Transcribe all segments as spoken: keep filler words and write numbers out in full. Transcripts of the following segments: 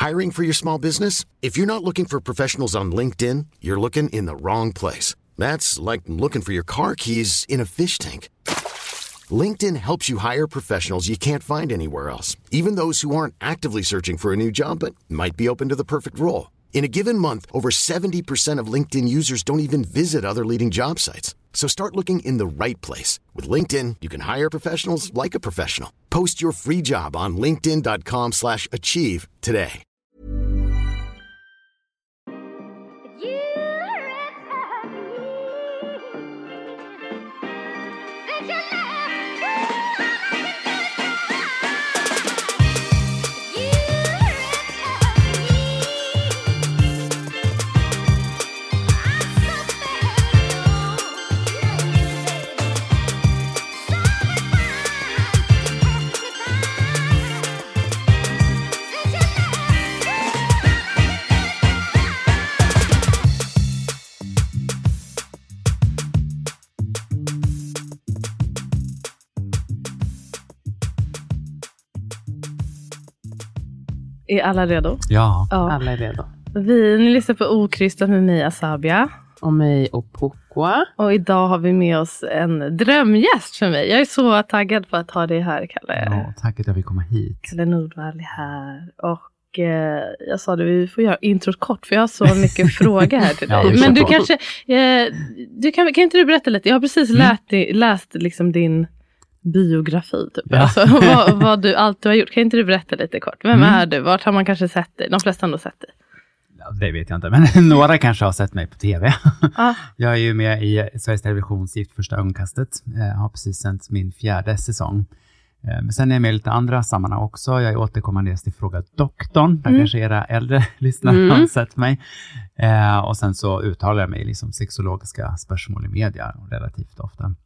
Hiring for your small business? If you're not looking for professionals on LinkedIn, you're looking in the wrong place. That's like looking for your car keys in a fish tank. LinkedIn helps you hire professionals you can't find anywhere else, even those who aren't actively searching for a new job but might be open to the perfect role. In a given month, over seventy percent of LinkedIn users don't even visit other leading job sites. So start looking in the right place. With LinkedIn, you can hire professionals like a professional. Post your free job on linkedin dot com slash achieve today. Är alla redo? Ja, ja. Alla är redo. Vi, ni lyssnar på Okrystat med mig, Asabia. Och mig, Opokwa. Och idag har vi med oss en drömgäst för mig. Jag är så taggad på att ha dig här, Kalle. Ja, tack att jag vill komma hit. Kalle Nordvall är här. Och eh, jag sa det, vi får göra introt kort, för jag har så mycket frågor här till dig. Ja, men du på. kanske, eh, du kan, kan inte du berätta lite? Jag har precis mm. läst, läst liksom din biografi typ. Ja. Alltså, vad, vad du, allt du har gjort. Kan inte du berätta lite kort? Vem mm. är du? Vart har man kanske sett dig? De flesta har nog sett dig. Ja, det vet jag inte, men några kanske har sett mig på tv. Ah. Jag är ju med i Sveriges Televisions Gift första ögonkastet. Jag har precis sänt min fjärde säsong. Men sen är jag med i lite andra sammanhang också. Jag är återkommande till Fråga doktorn. Där mm. kanske era äldre lyssnare mm. har sett mig. Och sen så uttalar jag mig i liksom sexologiska spörsmål i media relativt ofta.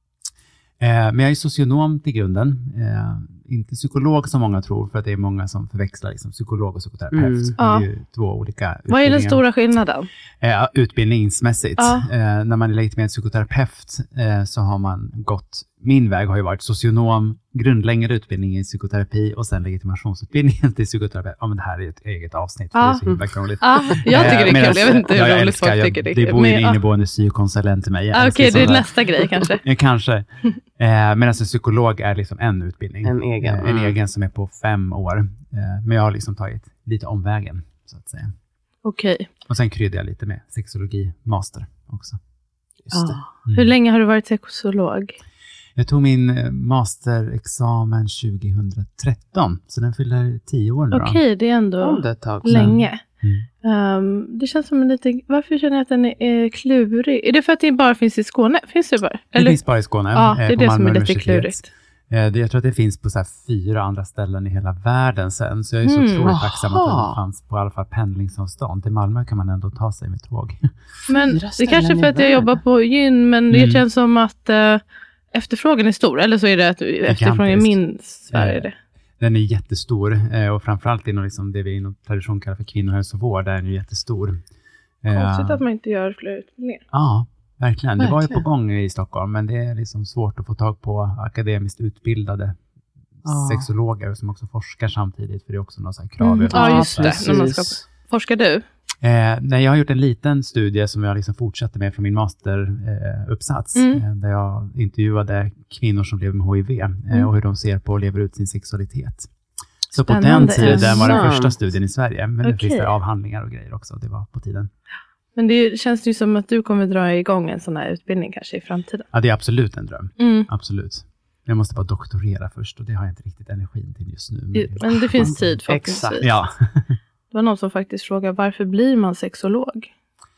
Men jag är socionom till grunden. Inte psykolog som många tror, för att det är många som förväxlar liksom psykolog och psykoterapeut. Mm. Det är ju två olika utbildningar. Vad är den stora skillnaden? Eh, utbildningsmässigt. Ja. Eh, när man är legitimerad psykoterapeut eh, så har man gått, min väg har ju varit socionom, grundläggande utbildning i psykoterapi och sen legitimationsutbildningen till psykoterapeut. Ja, men det här är ett eget avsnitt, för ja. det är så himla krångligt. Ja, jag tycker det är kul. Jag vet inte hur ja, roligt folk tycker det är kul. Det bor ju en inneboende psykonsulent till mig. Ah, Okej, okay, det är nästa grej kanske. Ja, kanske. Eh, men alltså psykolog är liksom en utbildning. En egen. Eh, en mm. egen som är på fem år. Eh, men jag har liksom tagit lite omvägen, så att säga. Okej. Okay. Och sen kryddar jag lite med sexologi master också. Just ah. det. Mm. Hur länge har du varit sexolog? Jag tog min masterexamen tjugohundratretton, så den fyller tio år nu. Okej, okay, det är ändå det länge. Mm. Um, det känns som en lite... Varför känner jag att den är klurig? Är det för att det bara finns i Skåne? Finns det bara? Eller? Det finns bara i Skåne. Ja, det är eh, det som är lite klurigt. Eh, det, jag tror att det finns på så här fyra andra ställen i hela världen sen. Så jag är så mm. otroligt tacksam att den fanns på i alla fall pendlingsavstånd. Till Malmö kan man ändå ta sig med tåg. Men det är kanske för att jag jobbar på gyn, men det mm. känns som att... Uh, efterfrågan är stor, eller så är det att efterfrågan är minst Sverige. Det. Den är jättestor, och framförallt inom liksom det vi inom tradition kallar för kvinnohälsovård, där är den ju jättestor. Konstigt att man inte gör fler utbildningar. Ja, verkligen. Det var ju på gång i Stockholm, men det är liksom svårt att få tag på akademiskt utbildade ja. sexologer som också forskar samtidigt, för det är också några så här krav. Mm. Ja, just det. När man ska... Forskar du? Eh, nej, jag har gjort en liten studie som jag liksom fortsatte med från min masteruppsats. Eh, mm. eh, där jag intervjuade kvinnor som lever med H I V eh, mm. och hur de ser på och lever ut sin sexualitet. Så Spännande. På den tiden var den första studien i Sverige. Men okay. det finns det avhandlingar och grejer också. Det var på tiden. Men det känns ju som att du kommer dra igång en sån här utbildning kanske i framtiden. Ja, det är absolut en dröm. Mm. Absolut. Jag måste bara doktorera först, och det har jag inte riktigt energin till just nu. Men, men det finns tid faktiskt. Exakt, ja. Det var någon som faktiskt frågar, varför blir man sexolog?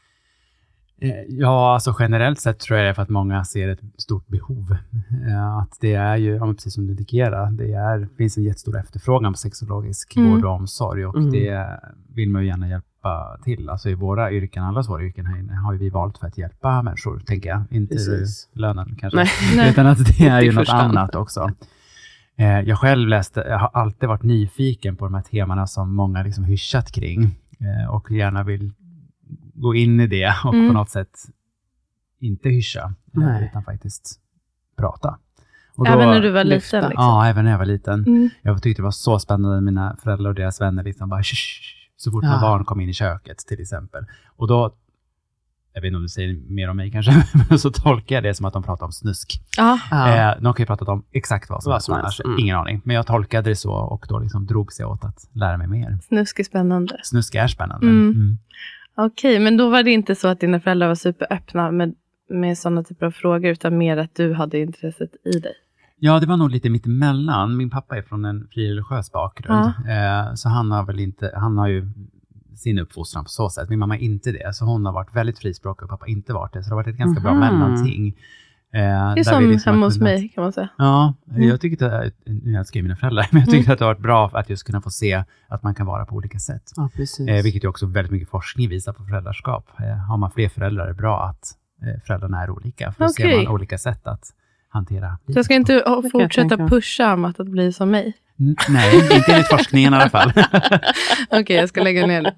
Ja, alltså generellt sett tror jag det är för att många ser ett stort behov. Att det är ju, precis som du indikerar, det är, finns en jättestor efterfrågan på sexologisk mm. vård och omsorg. Och mm. det vill man ju gärna hjälpa till. Alltså i våra yrken, alla våra yrken här inne, har ju vi valt för att hjälpa människor, tänker jag. Inte precis. Lönen kanske. Nej. Utan att det är ju något annat också. Jag själv läste, jag har alltid varit nyfiken på de här temana som många liksom hyschat kring. Och gärna vill gå in i det och mm. på något sätt inte hyscha. Nej. Utan faktiskt prata. Och då, även när du var liten? Liksom. Ja, även när jag var liten. Mm. Jag tyckte det var så spännande. Mina föräldrar och deras vänner liksom bara så fort ja. några barn kom in i köket till exempel. Och då, jag vet inte om du säger mer om mig kanske, men så tolkar jag det som att de pratar om snusk. Ja. Eh, de kan ju prata om exakt vad som vad som helst. Mm. Ingen aning. Men jag tolkade det så och då liksom drog sig åt att lära mig mer. Snusk är spännande. Snusk är spännande. Mm. Mm. Okej, okay, men då var det inte så att dina föräldrar var superöppna med, med sådana typer av frågor, utan mer att du hade intresset i dig? Ja, det var nog lite mitt emellan. Min pappa är från en frireligiös bakgrund. Ja. Eh, så han har väl inte, han har ju sin uppfostran på så sätt. Min mamma är inte det. Så hon har varit väldigt frispråkig och pappa inte varit det. Så det har varit ett ganska mm-hmm. bra mellanting. Eh, det är som liksom hemma hos mig kan man säga. Ja, mm. jag tyckte att, nu älskar jag mina föräldrar, men jag tyckte mm. att det har varit bra att just kunna få se att man kan vara på olika sätt. Ja, precis. Eh, vilket ju också väldigt mycket forskning visar på föräldraskap. Eh, har man fler föräldrar är det bra att eh, föräldrarna är olika. För då okay. ser man olika sätt att hantera. Så jag ska inte oh, fortsätta pusha om att bli som mig? Mm, nej, inte enligt forskningen i alla fall. Okej, okay, jag ska lägga ner det.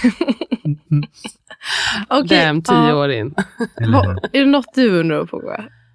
Okay, Damn, tio uh, år in. Är det något du undrar på?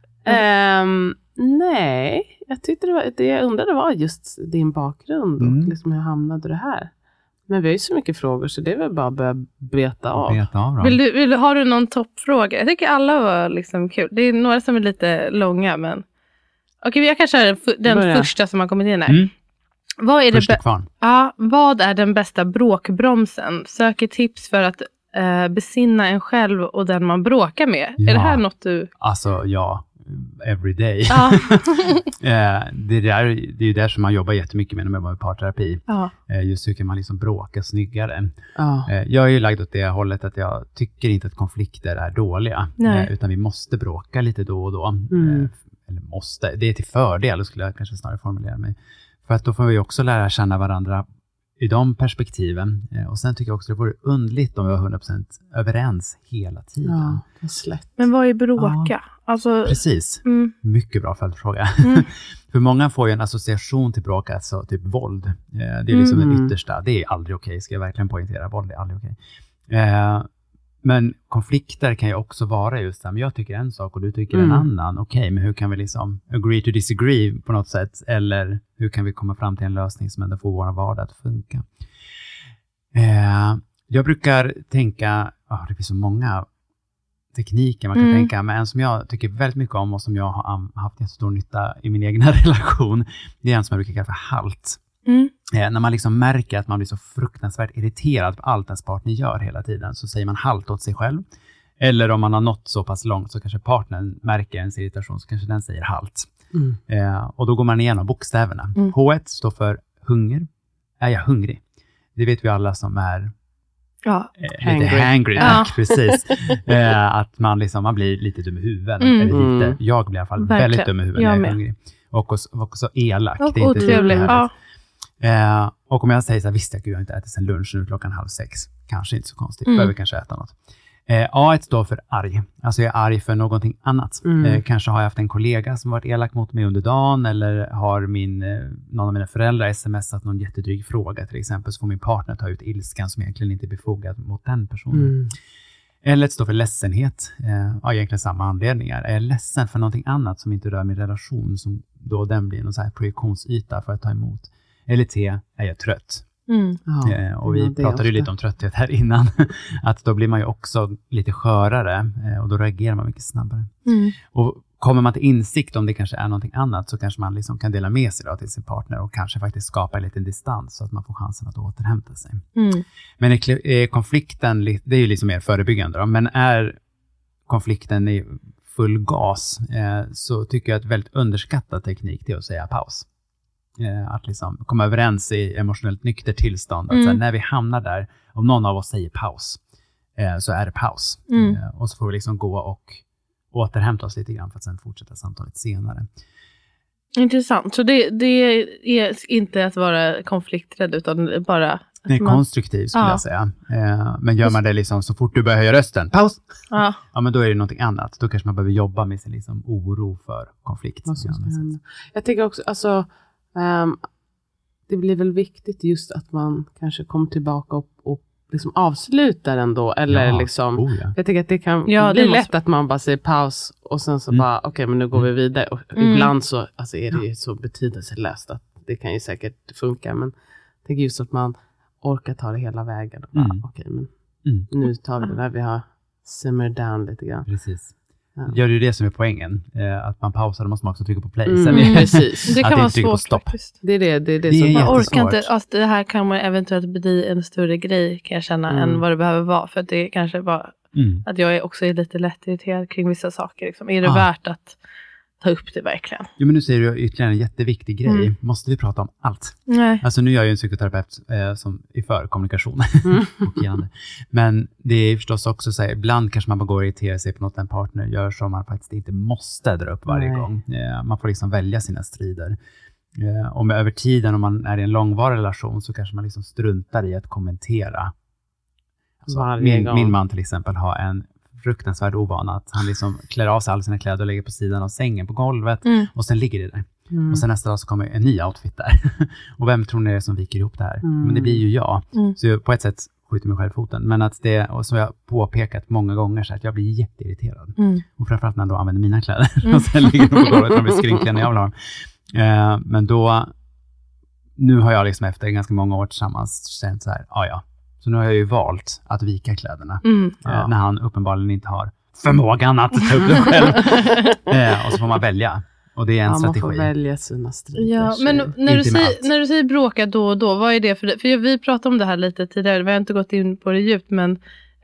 Um, nej, jag tyckte det var, det jag undrade var just din bakgrund mm. och liksom hur hamnade du här? Men vi har ju så mycket frågor så det är väl bara att börja beta av. Beta av vill du, vill, har du någon toppfråga? Jag tycker alla var liksom kul. Det är några som är lite långa, men okej, okay, jag kan köra den, den första som har kommit in här. Mm. Vad är, det be- ja, vad är den bästa bråkbromsen? Söker tips för att eh, besinna en själv och den man bråkar med. Ja. Är det här något du... Alltså, ja. Every day. Ja. eh, det, där, det är ju där som man jobbar jättemycket med när man var i parterapi. Ja. Eh, just hur kan man liksom bråka snyggare. Ja. Eh, jag är ju lagd åt det hållet att jag tycker inte att konflikter är dåliga. Eh, utan vi måste bråka lite då och då. Mm. Eh, eller måste. Det är till fördel, skulle jag kanske snarare formulera mig. För att då får vi också lära känna varandra i de perspektiven. Och sen tycker jag också att det vore undligt om vi var hundra procent överens hela tiden. Ja, det är slätt. Men vad är bråka? Ja, alltså, precis. Mm. Mycket bra följdfråga. Mm. För många får ju en association till bråk, alltså typ våld. Det är liksom mm. den yttersta. Det är aldrig okej, ska jag verkligen poängtera. Våld är aldrig okej. Eh, men konflikter kan ju också vara just det. Men jag tycker en sak och du tycker mm. en annan. Okej, okay, men hur kan vi liksom agree to disagree på något sätt? Eller hur kan vi komma fram till en lösning som ändå får vår vardag att funka? Eh, jag brukar tänka, oh, det finns så många tekniker man kan mm. tänka, men en som jag tycker väldigt mycket om och som jag har haft jättestor nytta i min egna relation, det är en som jag brukar kalla för halt. Mm. Eh, när man liksom märker att man blir så fruktansvärt irriterad på allt ens partner gör hela tiden, så säger man halt åt sig själv. Eller om man har nått så pass långt så kanske partnern märker ens irritation, så kanske den säger halt. Mm. Eh, och då går man igenom bokstäverna. Mm. H ett står för hunger. Är jag hungrig? Det vet vi alla som är ja. eh, hangry. lite hangry. Ja. Precis. eh, att man, liksom, man blir lite dum i huvudet. Mm. Eller lite, jag blir i alla fall Verkligen. väldigt dum i huvudet när jag är hungrig. Och också, och också elak. Och det är inte otrevligt. Ja. Eh, och om jag säger så här, visst jag har inte ätit sen lunch nu klockan halv sex. Kanske inte så konstigt. Mm. Behöver kanske äta något. Eh, A ett står för arg. Alltså jag är arg för någonting annat. Mm. Eh, kanske har jag haft en kollega som varit elak mot mig under dagen. Eller har min, eh, någon av mina föräldrar smsat någon jättedryg fråga till exempel. Så får min partner ta ut ilskan som egentligen inte är befogad mot den personen. Mm. L ett står för ledsenhet. Eh, ja, egentligen samma anledningar. Är jag ledsen för någonting annat som inte rör min relation. Som då den blir någon så här projektionsyta för att ta emot. Eller T, är jag trött. Mm. Ja, eh, och vi ja, pratade ju lite om trötthet här innan. Att då blir man ju också lite skörare. Eh, och då reagerar man mycket snabbare. Mm. Och kommer man till insikt om det kanske är någonting annat. Så kanske man liksom kan dela med sig då till sin partner. Och kanske faktiskt skapa en liten distans. Så att man får chansen att återhämta sig. Mm. Men är konflikten, det är ju liksom mer förebyggande då. Men är konflikten i full gas. Eh, så tycker jag att väldigt underskattad teknik det är att säga paus. Att liksom komma överens i emotionellt nykter tillstånd. Att mm. så här, när vi hamnar där, om någon av oss säger paus, eh, så är det paus. Mm. Eh, och så får vi liksom gå och återhämta oss lite grann för att sen fortsätta samtalet senare. Intressant. Så det, det är inte att vara konflikträdd utan bara... Det är man... konstruktivt skulle ja. jag säga. Eh, men gör man det liksom så fort du börjar höja rösten, paus! Ja. Ja, men då är det någonting annat. Då kanske man behöver jobba med sin liksom oro för konflikt. Jag tänker också, alltså... Um, det blir väl viktigt just att man kanske kommer tillbaka och, och liksom avslutar ändå. Eller ja. liksom, oh, ja. jag tänker att det kan ja, bli det lätt måste... att man bara säger paus och sen så mm. bara, okej okay, men nu går vi vidare. Och mm. ibland så alltså, är det ju så betydelselöst att det kan ju säkert funka, men jag tänker just att man orkar ta det hela vägen. Och bara, mm. okej, okay, men mm. nu tar vi det där, vi har simmer down lite grann. Precis. Ja. Gör det det som är poängen. Eh, att man pausar, då måste man också trycka på play. Mm, Sen precis. Det kan att vara inte svårt stopp. faktiskt. Det är det, det, är det, det som är jag orkar jättesvårt. inte, alltså det här kan man eventuellt bli en större grej kan jag känna mm. än vad det behöver vara. För att det kanske bara mm. att jag är också är lite lätt irriterad kring vissa saker. Liksom. Är det ah. värt att ta upp det verkligen? Jo, men nu säger du ytterligare en jätteviktig grej. Mm. Måste vi prata om allt? Nej. Alltså nu är jag ju en psykoterapeut eh, som är för kommunikation. Mm. och gärna. Men det är förstås också så här, ibland kanske man bara går och irriterar sig på något en partner gör som man faktiskt inte måste dra upp varje Nej. gång. Eh, man får liksom välja sina strider. Eh, och med över tiden, om man är i en långvarig relation, så kanske man liksom struntar i att kommentera. Alltså, min, min man till exempel har en fruktansvärd ovana att han liksom klär av sig alla sina kläder och lägger på sidan av sängen på golvet mm. och sen ligger det där. Mm. Och sen nästa dag så kommer en ny outfit där. och vem tror ni det är som viker ihop det här? Mm. Men det blir ju jag. Mm. Så jag på ett sätt skjuter mig själv foten. Men att det, och som jag påpekat många gånger, så att jag blir jätteirriterad. Mm. Och framförallt när han då använder mina kläder. Mm. och sen ligger de på golvet och de blir skrynkliga när jag vill ha dem. Uh, men då, nu har jag liksom efter ganska många år tillsammans känt så här, ja ja. Så nu har jag ju valt att vika kläderna. Mm, ja. eh, när han uppenbarligen inte har förmågan att ta upp det själv. eh, och så får man välja. Och det är en ja, strategi. Man får välja sina strider. Ja, men när du, säger, när du säger bråka då och då, vad är det för det? För vi pratade om det här lite tidigare. Vi har inte gått in på det djupt, men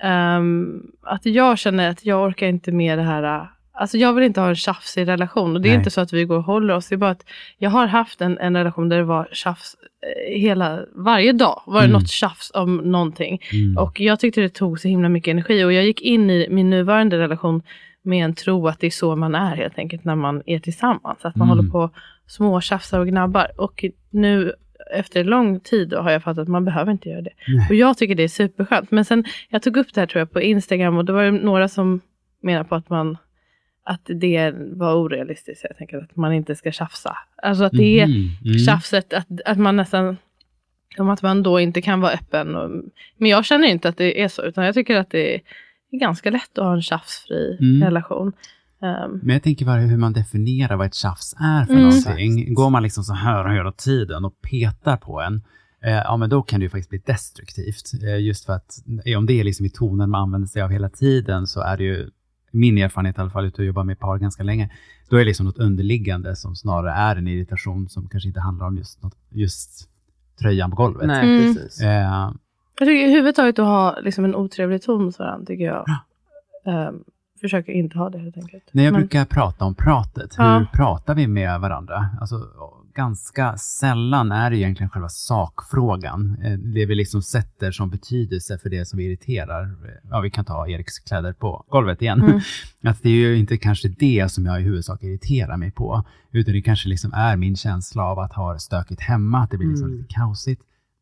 um, att jag känner att jag orkar inte med det här. Alltså jag vill inte ha en tjafsig relation. Och det är Nej. inte så att vi går och håller oss. Det är bara att jag har haft en, en relation där det var tjafs eh, hela, varje dag. Var det mm. något tjafs om någonting. Mm. Och jag tyckte det tog så himla mycket energi. Och jag gick in i min nuvarande relation med en tro att det är så man är helt enkelt när man är tillsammans. Att man mm. håller på små tjafsar och gnabbar. Och nu efter lång tid då har jag fattat att man behöver inte göra det. Nej. Och jag tycker det är superskönt. Men sen, jag tog upp det här tror jag på Instagram. Och då var det några som menar på att man att det var orealistiskt. Jag tänker att man inte ska tjafsa. Alltså att det är mm, mm. tjafset. Att, att man nästan, om att man då inte kan vara öppen. Och, men jag känner inte att det är så. Utan jag tycker att det är ganska lätt att ha en tjafsfri mm. relation. Um, men jag tänker bara hur man definierar vad ett tjafs är för mm. någonting. Går man liksom så här hela tiden och petar på en. Eh, ja, men då kan det ju faktiskt bli destruktivt. Eh, just för att om det är liksom i tonen man använder sig av hela tiden, så är det ju min erfarenhet i alla fall, ut att jobba med par ganska länge, då är det liksom något underliggande som snarare är en irritation som kanske inte handlar om just, något, just tröjan på golvet. Nej, mm. precis. Eh, jag tycker huvudtaget att ha liksom en otrevlig ton mot varandra, tycker jag. Ja. Um, försöker inte ha det helt enkelt. När jag Men, brukar prata om pratet, hur ja. pratar vi med varandra? Alltså ganska sällan är det egentligen själva sakfrågan. Det vi liksom sätter som betydelse för det som vi irriterar. Ja, vi kan ta Eriks kläder på golvet igen. Mm. Att det är ju inte kanske det som jag i huvudsak irriterar mig på. Utan det kanske liksom är min känsla av att ha stökigt hemma. Att det blir liksom mm. lite kaosigt.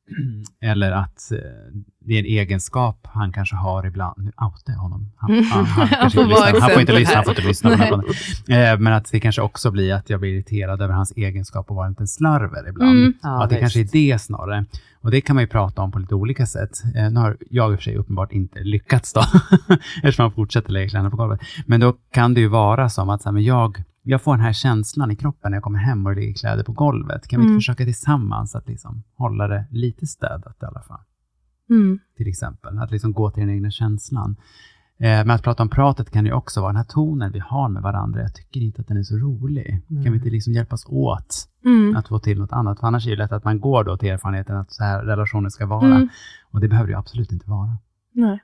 Eller att eh, det är en egenskap han kanske har ibland. Nu outar jag honom. Han, han, han, han, får, inte han får inte lyssna. Han får inte lyssna eh, men att det kanske också blir att jag blir irriterad över hans egenskap att vara en liten slarver ibland. Mm. Ja, att det kanske är det snarare. Och det kan man ju prata om på lite olika sätt. Eh, nu har jag i och för sig uppenbart inte lyckats då. Eftersom han fortsätter lägga kläderna på golvet. Men då kan det ju vara som att så här, men jag... Jag får den här känslan i kroppen när jag kommer hem och lägger kläder på golvet. Kan vi inte mm. försöka tillsammans att liksom hålla det lite städat i alla fall? Mm. Till exempel. Att liksom gå till den egna känslan. Eh, men att prata om pratet kan ju också vara den här tonen vi har med varandra. Jag tycker inte att den är så rolig. Mm. Kan vi inte liksom hjälpas åt mm. att få till något annat? För annars är det lätt att man går då till erfarenheten att så här relationer ska vara. Mm. Och det behöver ju absolut inte vara. Nej.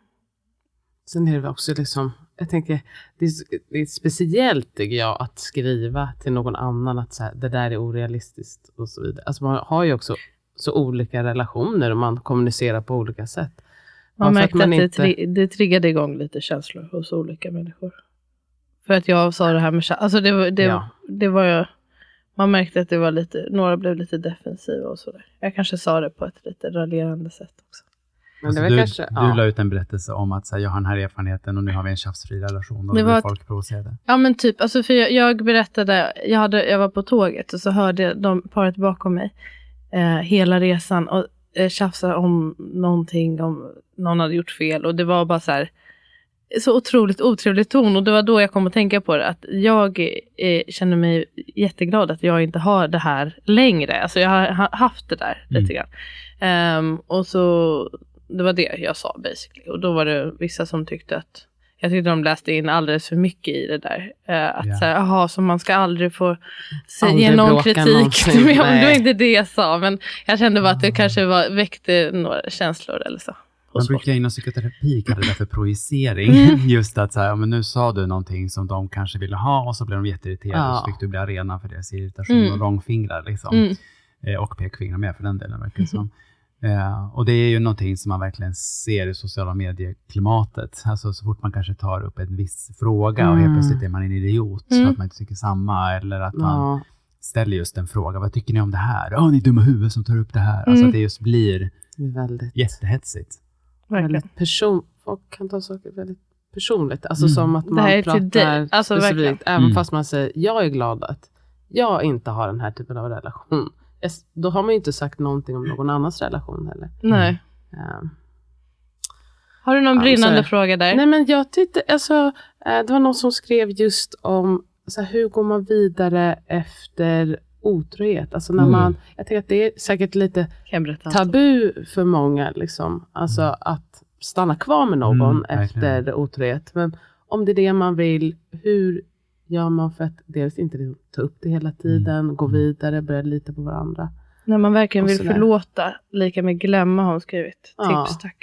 Sen är det också liksom, jag tänker, det är, det är speciellt tycker jag att skriva till någon annan att så här, det där är orealistiskt och så vidare. Alltså man har ju också så olika relationer och man kommunicerar på olika sätt. Man märkte att, man att inte... det, tri- det triggade igång lite känslor hos olika människor. För att jag sa det här med, alltså det var, det, ja. det var jag, man märkte att det var lite, några blev lite defensiva och sådär. Jag kanske sa det på ett lite raljerande sätt också. Men det var du, kanske, ja. du la ut en berättelse om att så här, jag har den här erfarenheten och nu har vi en tjafsfri relation och det var folk provocerade. Ja men typ, alltså för jag, jag berättade, jag, hade, jag var på tåget och så hörde de paret bakom mig eh, hela resan och eh, tjafsa om någonting, om någon hade gjort fel. Och det var bara så här, så otroligt otrevlig ton. Och det var då jag kom att tänka på det. Att jag eh, känner mig jätteglad att jag inte har det här längre. Alltså jag har ha, haft det där mm. lite grann. Um, och så, det var det jag sa basically. Och då var det vissa som tyckte att, jag tyckte de läste in alldeles för mycket i det där. Uh, att yeah. säga, jaha, så man ska aldrig få aldrig ge någon kritik. Men det var inte det jag sa. Men jag kände bara att det kanske var, väckte några känslor eller så. Man brukar inom psykoterapi kalla det där för projicering. Mm. Just att så här, men nu sa du någonting som de kanske ville ha och så blev de jätteirriterade ja. och så fick du bli arena för deras irritation mm. och långfingrar liksom. Mm. Eh, och pekfingrar med för den delen verkar det som. Eh, och det är ju någonting som man verkligen ser i sociala medieklimatet. Alltså så fort man kanske tar upp en viss fråga mm. och helt plötsligt är man en idiot mm. så att man inte tycker samma eller att man ja. ställer just en fråga. Vad tycker ni om det här? Ja, oh, ni är dumma huvud som tar upp det här. Mm. Alltså att det just blir väldigt jättehetsigt. Väldigt person, folk kan ta saker väldigt personligt. Alltså mm. som att man pratar alltså, specifikt. Även mm. fast man säger, jag är glad att jag inte har den här typen av relation. Då har man ju inte sagt någonting om någon annans relation heller. Nej. Ja. Har du någon brinnande alltså, fråga där? Nej men jag tyckte, alltså, det var någon som skrev just om så här, hur går man vidare efter otrohet. Alltså när mm. man, jag tänker att det är säkert lite tabu för många liksom. Alltså mm. att stanna kvar med någon mm, efter otrohet. Men om det är det man vill, hur gör man för att dels inte ta upp det hela tiden, mm. gå vidare, börja lita på varandra. När man verkligen vill förlåta, lika med glömma har hon skrivit. Ja. Tips, tack.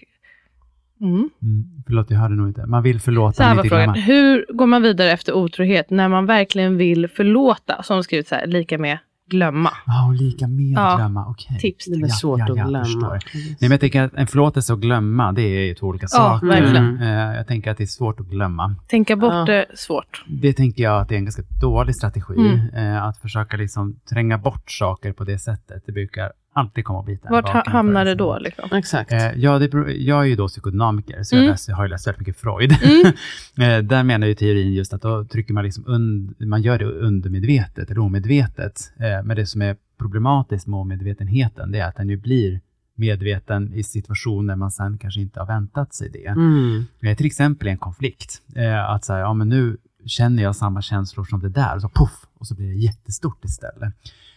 Mm. Mm, förlåt, jag hörde nog inte. Man vill förlåta. Så här var frågan. Hur går man vidare efter otrohet när man verkligen vill förlåta? Som skrivit så här, lika med glömma. Ja, och lika med ja. glömma. Okej. Tips. Det är svårt ja, ja, att glömma. Nej, men jag tänker att en förlåtelse och glömma, det är två olika ja, saker. Verkligen. Mm. Jag tänker att det är svårt att glömma. Tänka bort ja. det svårt. Det tänker jag att det är en ganska dålig strategi. Mm. Att försöka liksom tränga bort saker på det sättet. Det brukar alltid komma och bita. Vart ha, hamnar det då? Liksom? Exakt. Ja, det, jag är ju då psykodynamiker, så mm. jag, läser, jag har ju läst väldigt mycket Freud. Mm. Där menar ju teorin just att då trycker man liksom und, man gör det undermedvetet eller omedvetet. Men det som är problematiskt med omedvetenheten, det är att den ju blir medveten i situationer man sen kanske inte har väntat sig det. Mm. Till exempel en konflikt. Att säga, ja men nu känner jag samma känslor som det där, och så puff, och så blir det jättestort istället.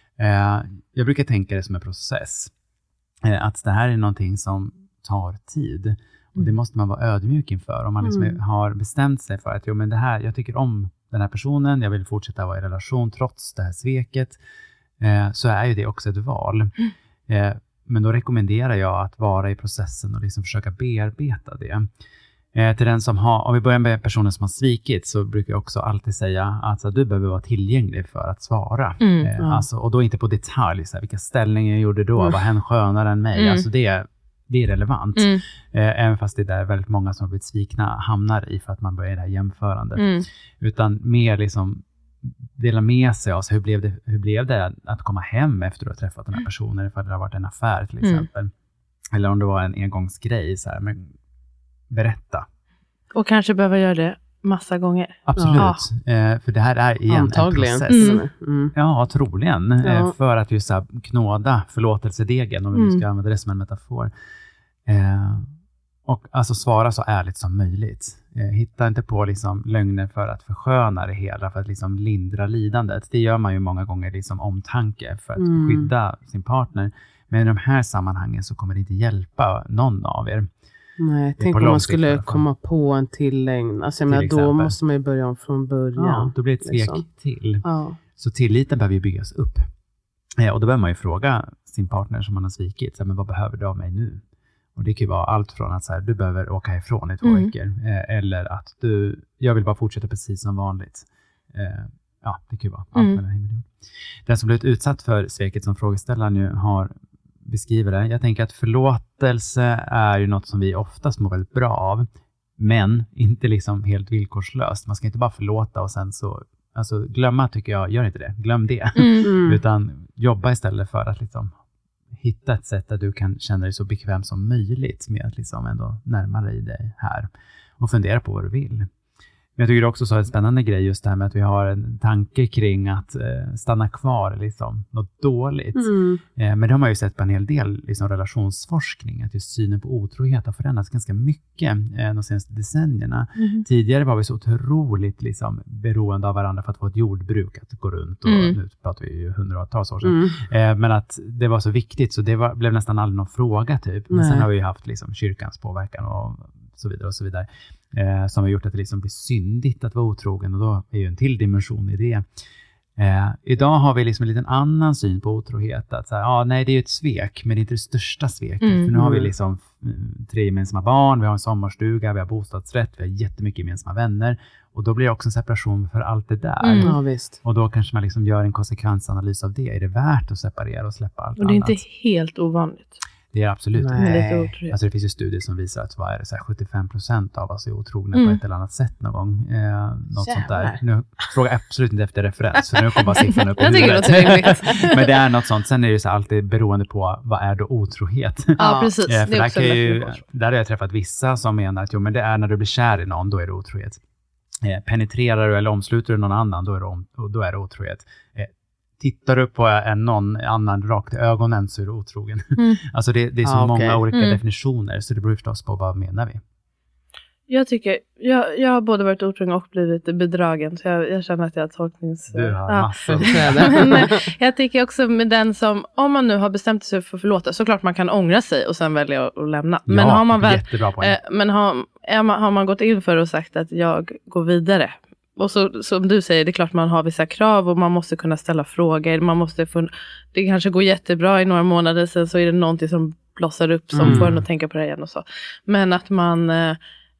Eh, jag brukar tänka det som en process. Eh, att det här är någonting som tar tid. Och det måste man vara ödmjuk inför. Om man liksom mm. har bestämt sig för att jo, men det här, jag tycker om den här personen. Jag vill fortsätta vara i relation trots det här sveket. Eh, så är ju det också ett val. Mm. Eh, men då rekommenderar jag att vara i processen och liksom försöka bearbeta det. Eh, till den som har, om vi börjar med personen som har svikit, så brukar jag också alltid säga att alltså, du behöver vara tillgänglig för att svara. Mm, eh, ja. alltså, och då inte på detalj, så här, vilka ställningar jag gjorde då, mm. var hen skönare än mig. Mm. Alltså det, det är relevant. Mm. Eh, även fast det är där väldigt många som har blivit svikna hamnar i för att man börjar i det här jämförandet. Mm. Utan mer liksom dela med sig av, hur blev det, hur blev det att komma hem efter att ha träffat den här personen, ifall det har varit en affär till exempel. Mm. Eller om det var en engångsgrej så här, men berätta. Och kanske behöva göra det massa gånger. Absolut. Ja. Eh, för det här är igen Antagligen. en process. Mm. Mm. Ja, troligen. Ja. Eh, för att just så knåda förlåtelsedegen, om vi mm. ska använda det som en metafor. Eh, och alltså svara så ärligt som möjligt. Eh, hitta inte på liksom lögner för att försköna det hela, för att liksom lindra lidandet. Det gör man ju många gånger liksom omtanke för att mm. skydda sin partner. Men i de här sammanhangen så kommer det inte hjälpa någon av er. Nej, tänk om man skulle komma på en tillägn. Alltså, till men då måste man ju börja om från början. Ja, då blir det ett svek liksom. till. Ja. Så tilliten behöver ju byggas upp. Eh, och då behöver man ju fråga sin partner som man har svikit. Så här, men vad behöver du av mig nu? Och det kan ju vara allt från att så här, du behöver åka ifrån i två mm. veckor. Eh, eller att du, jag vill bara fortsätta precis som vanligt. Eh, ja, det kan ju vara allt mm. mellan himmel och jord. Den som blivit utsatt för sveket som frågeställaren nu har beskriver det. Jag tänker att förlåtelse är ju något som vi oftast mår väldigt bra av. Men inte liksom helt villkorslöst. Man ska inte bara förlåta och sen så, alltså glömma tycker jag, gör inte det. Glöm det. Mm. Utan jobba istället för att liksom hitta ett sätt där du kan känna dig så bekväm som möjligt med att liksom ändå närma dig det här. Och fundera på vad du vill. Men jag tycker också så är en spännande grej just det här med att vi har en tanke kring att eh, stanna kvar liksom något dåligt. Mm. Eh, men det har man ju sett på en hel del liksom, relationsforskning, att just synen på otrohet har förändrats ganska mycket eh, de senaste decennierna. Mm. Tidigare var vi så otroligt liksom, beroende av varandra för att få ett jordbruk att gå runt, och mm. nu pratar vi ju hundratals år sedan. Mm. Eh, men att det var så viktigt så det var, blev nästan aldrig någon fråga typ. Men Nej. Sen har vi ju haft liksom, kyrkans påverkan och så vidare och så vidare. Eh, som har gjort att det liksom blir syndigt att vara otrogen, och då är ju en till dimension i det. Eh, idag har vi liksom en liten annan syn på otrohet. Att så här, ah, nej, det är ju ett svek, men det är inte det största sveket. Mm. För nu har vi liksom tre gemensamma barn, vi har en sommarstuga, vi har bostadsrätt, vi har jättemycket gemensamma vänner. Och då blir det också en separation för allt det där. Mm. Ja, visst. Och då kanske man liksom gör en konsekvensanalys av det. Är det värt att separera och släppa allt annat? Och det är annat? Inte helt ovanligt. Det är absolut Nej. inte. Alltså det finns ju studier som visar att vad är det, så här, sjuttiofem procent av oss är otrogna mm. på ett eller annat sätt någon gång. Eh, något sånt där. Nu frågar jag absolut inte efter referens, för nu kommer bara siffran upp i huvudet. Men det är något sånt. Sen är det så alltid beroende på vad är då otrohet. Ja, precis. Eh, för det där, kan ju, där har jag träffat vissa som menar att jo, men det är när du blir kär i någon, då är det otrohet. Eh, penetrerar du eller omsluter du någon annan, då är det, om, då är det otrohet. Eh, Tittar du på en någon annan rakt i ögonen så är du otrogen. Mm. Alltså det, det är så ah, många okay. olika mm. definitioner, så det beror förstås på vad menar vi. Jag tycker, jag, jag har både varit otrogen och blivit bedragen, så jag, jag känner att jag har tolknings... Du har ja. massor. Men jag tycker också med den som, om man nu har bestämt sig för att förlåta, så klart man kan ångra sig och sen välja att, att lämna. Men ja, har man väl, jättebra poäng. Eh, men har, har man gått in för och sagt att jag går vidare, och så som du säger, det är klart man har vissa krav och man måste kunna ställa frågor. Man måste få, det kanske går jättebra i några månader, sen så är det någonting som blossar upp som mm. får en att tänka på det igen och så. Men att man eh,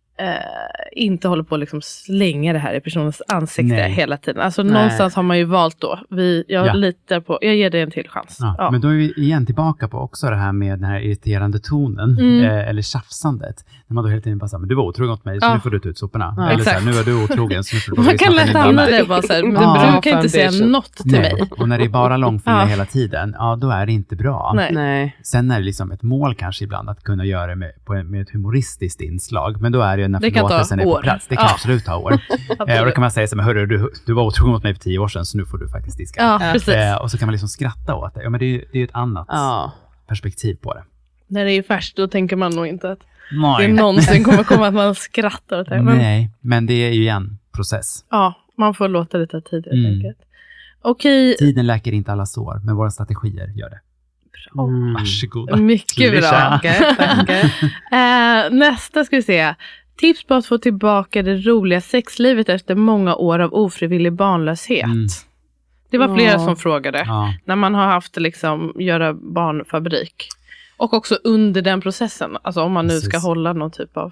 inte håller på att liksom slänga det här i personens ansikte Nej. Hela tiden. Alltså Nej. Någonstans har man ju valt då. Vi, jag ja. litar på, jag ger dig en till chans. Ja, ja. Men då är vi igen tillbaka på också det här med den här irriterande tonen mm. eh, eller tjafsandet. När man då hela tiden bara säger, men du var otrogen åt mig så ja. Nu får du ta ut soporna. Ja, eller så här, nu är du otrogen så nu får du man kan lätt använda det bara så här, men ja. Du brukar inte säga något till Nej. Mig. Och när det är bara långfinger ja. Hela tiden, ja då är det inte bra. Nej. Nej. Sen är det liksom ett mål kanske ibland att kunna göra det med, på, med ett humoristiskt inslag. Men då är det när förlåtelsen är på plats. Det kan ja. Absolut ta år. eh, och då kan man säga så här, hörru, du, du var otrogen mot mig för tio år sedan så nu får du faktiskt diska. Ja, precis. Eh, och så kan man liksom skratta åt det. Ja, men det är ju det är ett annat ja. Perspektiv på det. När det är färskt, då tänker man nog inte att Nej. Det någonsin kommer komma att man skrattar åt det. Men... Nej, men det är ju en process. Ja, man får låta det ta tid helt mm. enkelt. Okej. Tiden läker inte alla sår, men våra strategier gör det. Bra. Mm. Varsågoda. Mycket bra. Tackar, tackar. uh, nästa ska vi se. Tips på att få tillbaka det roliga sexlivet efter många år av ofrivillig barnlöshet. Mm. Det var flera ja. Som frågade. Ja. När man har haft liksom göra barnfabrik. Och också under den processen. Alltså om man nu Precis. Ska hålla någon typ av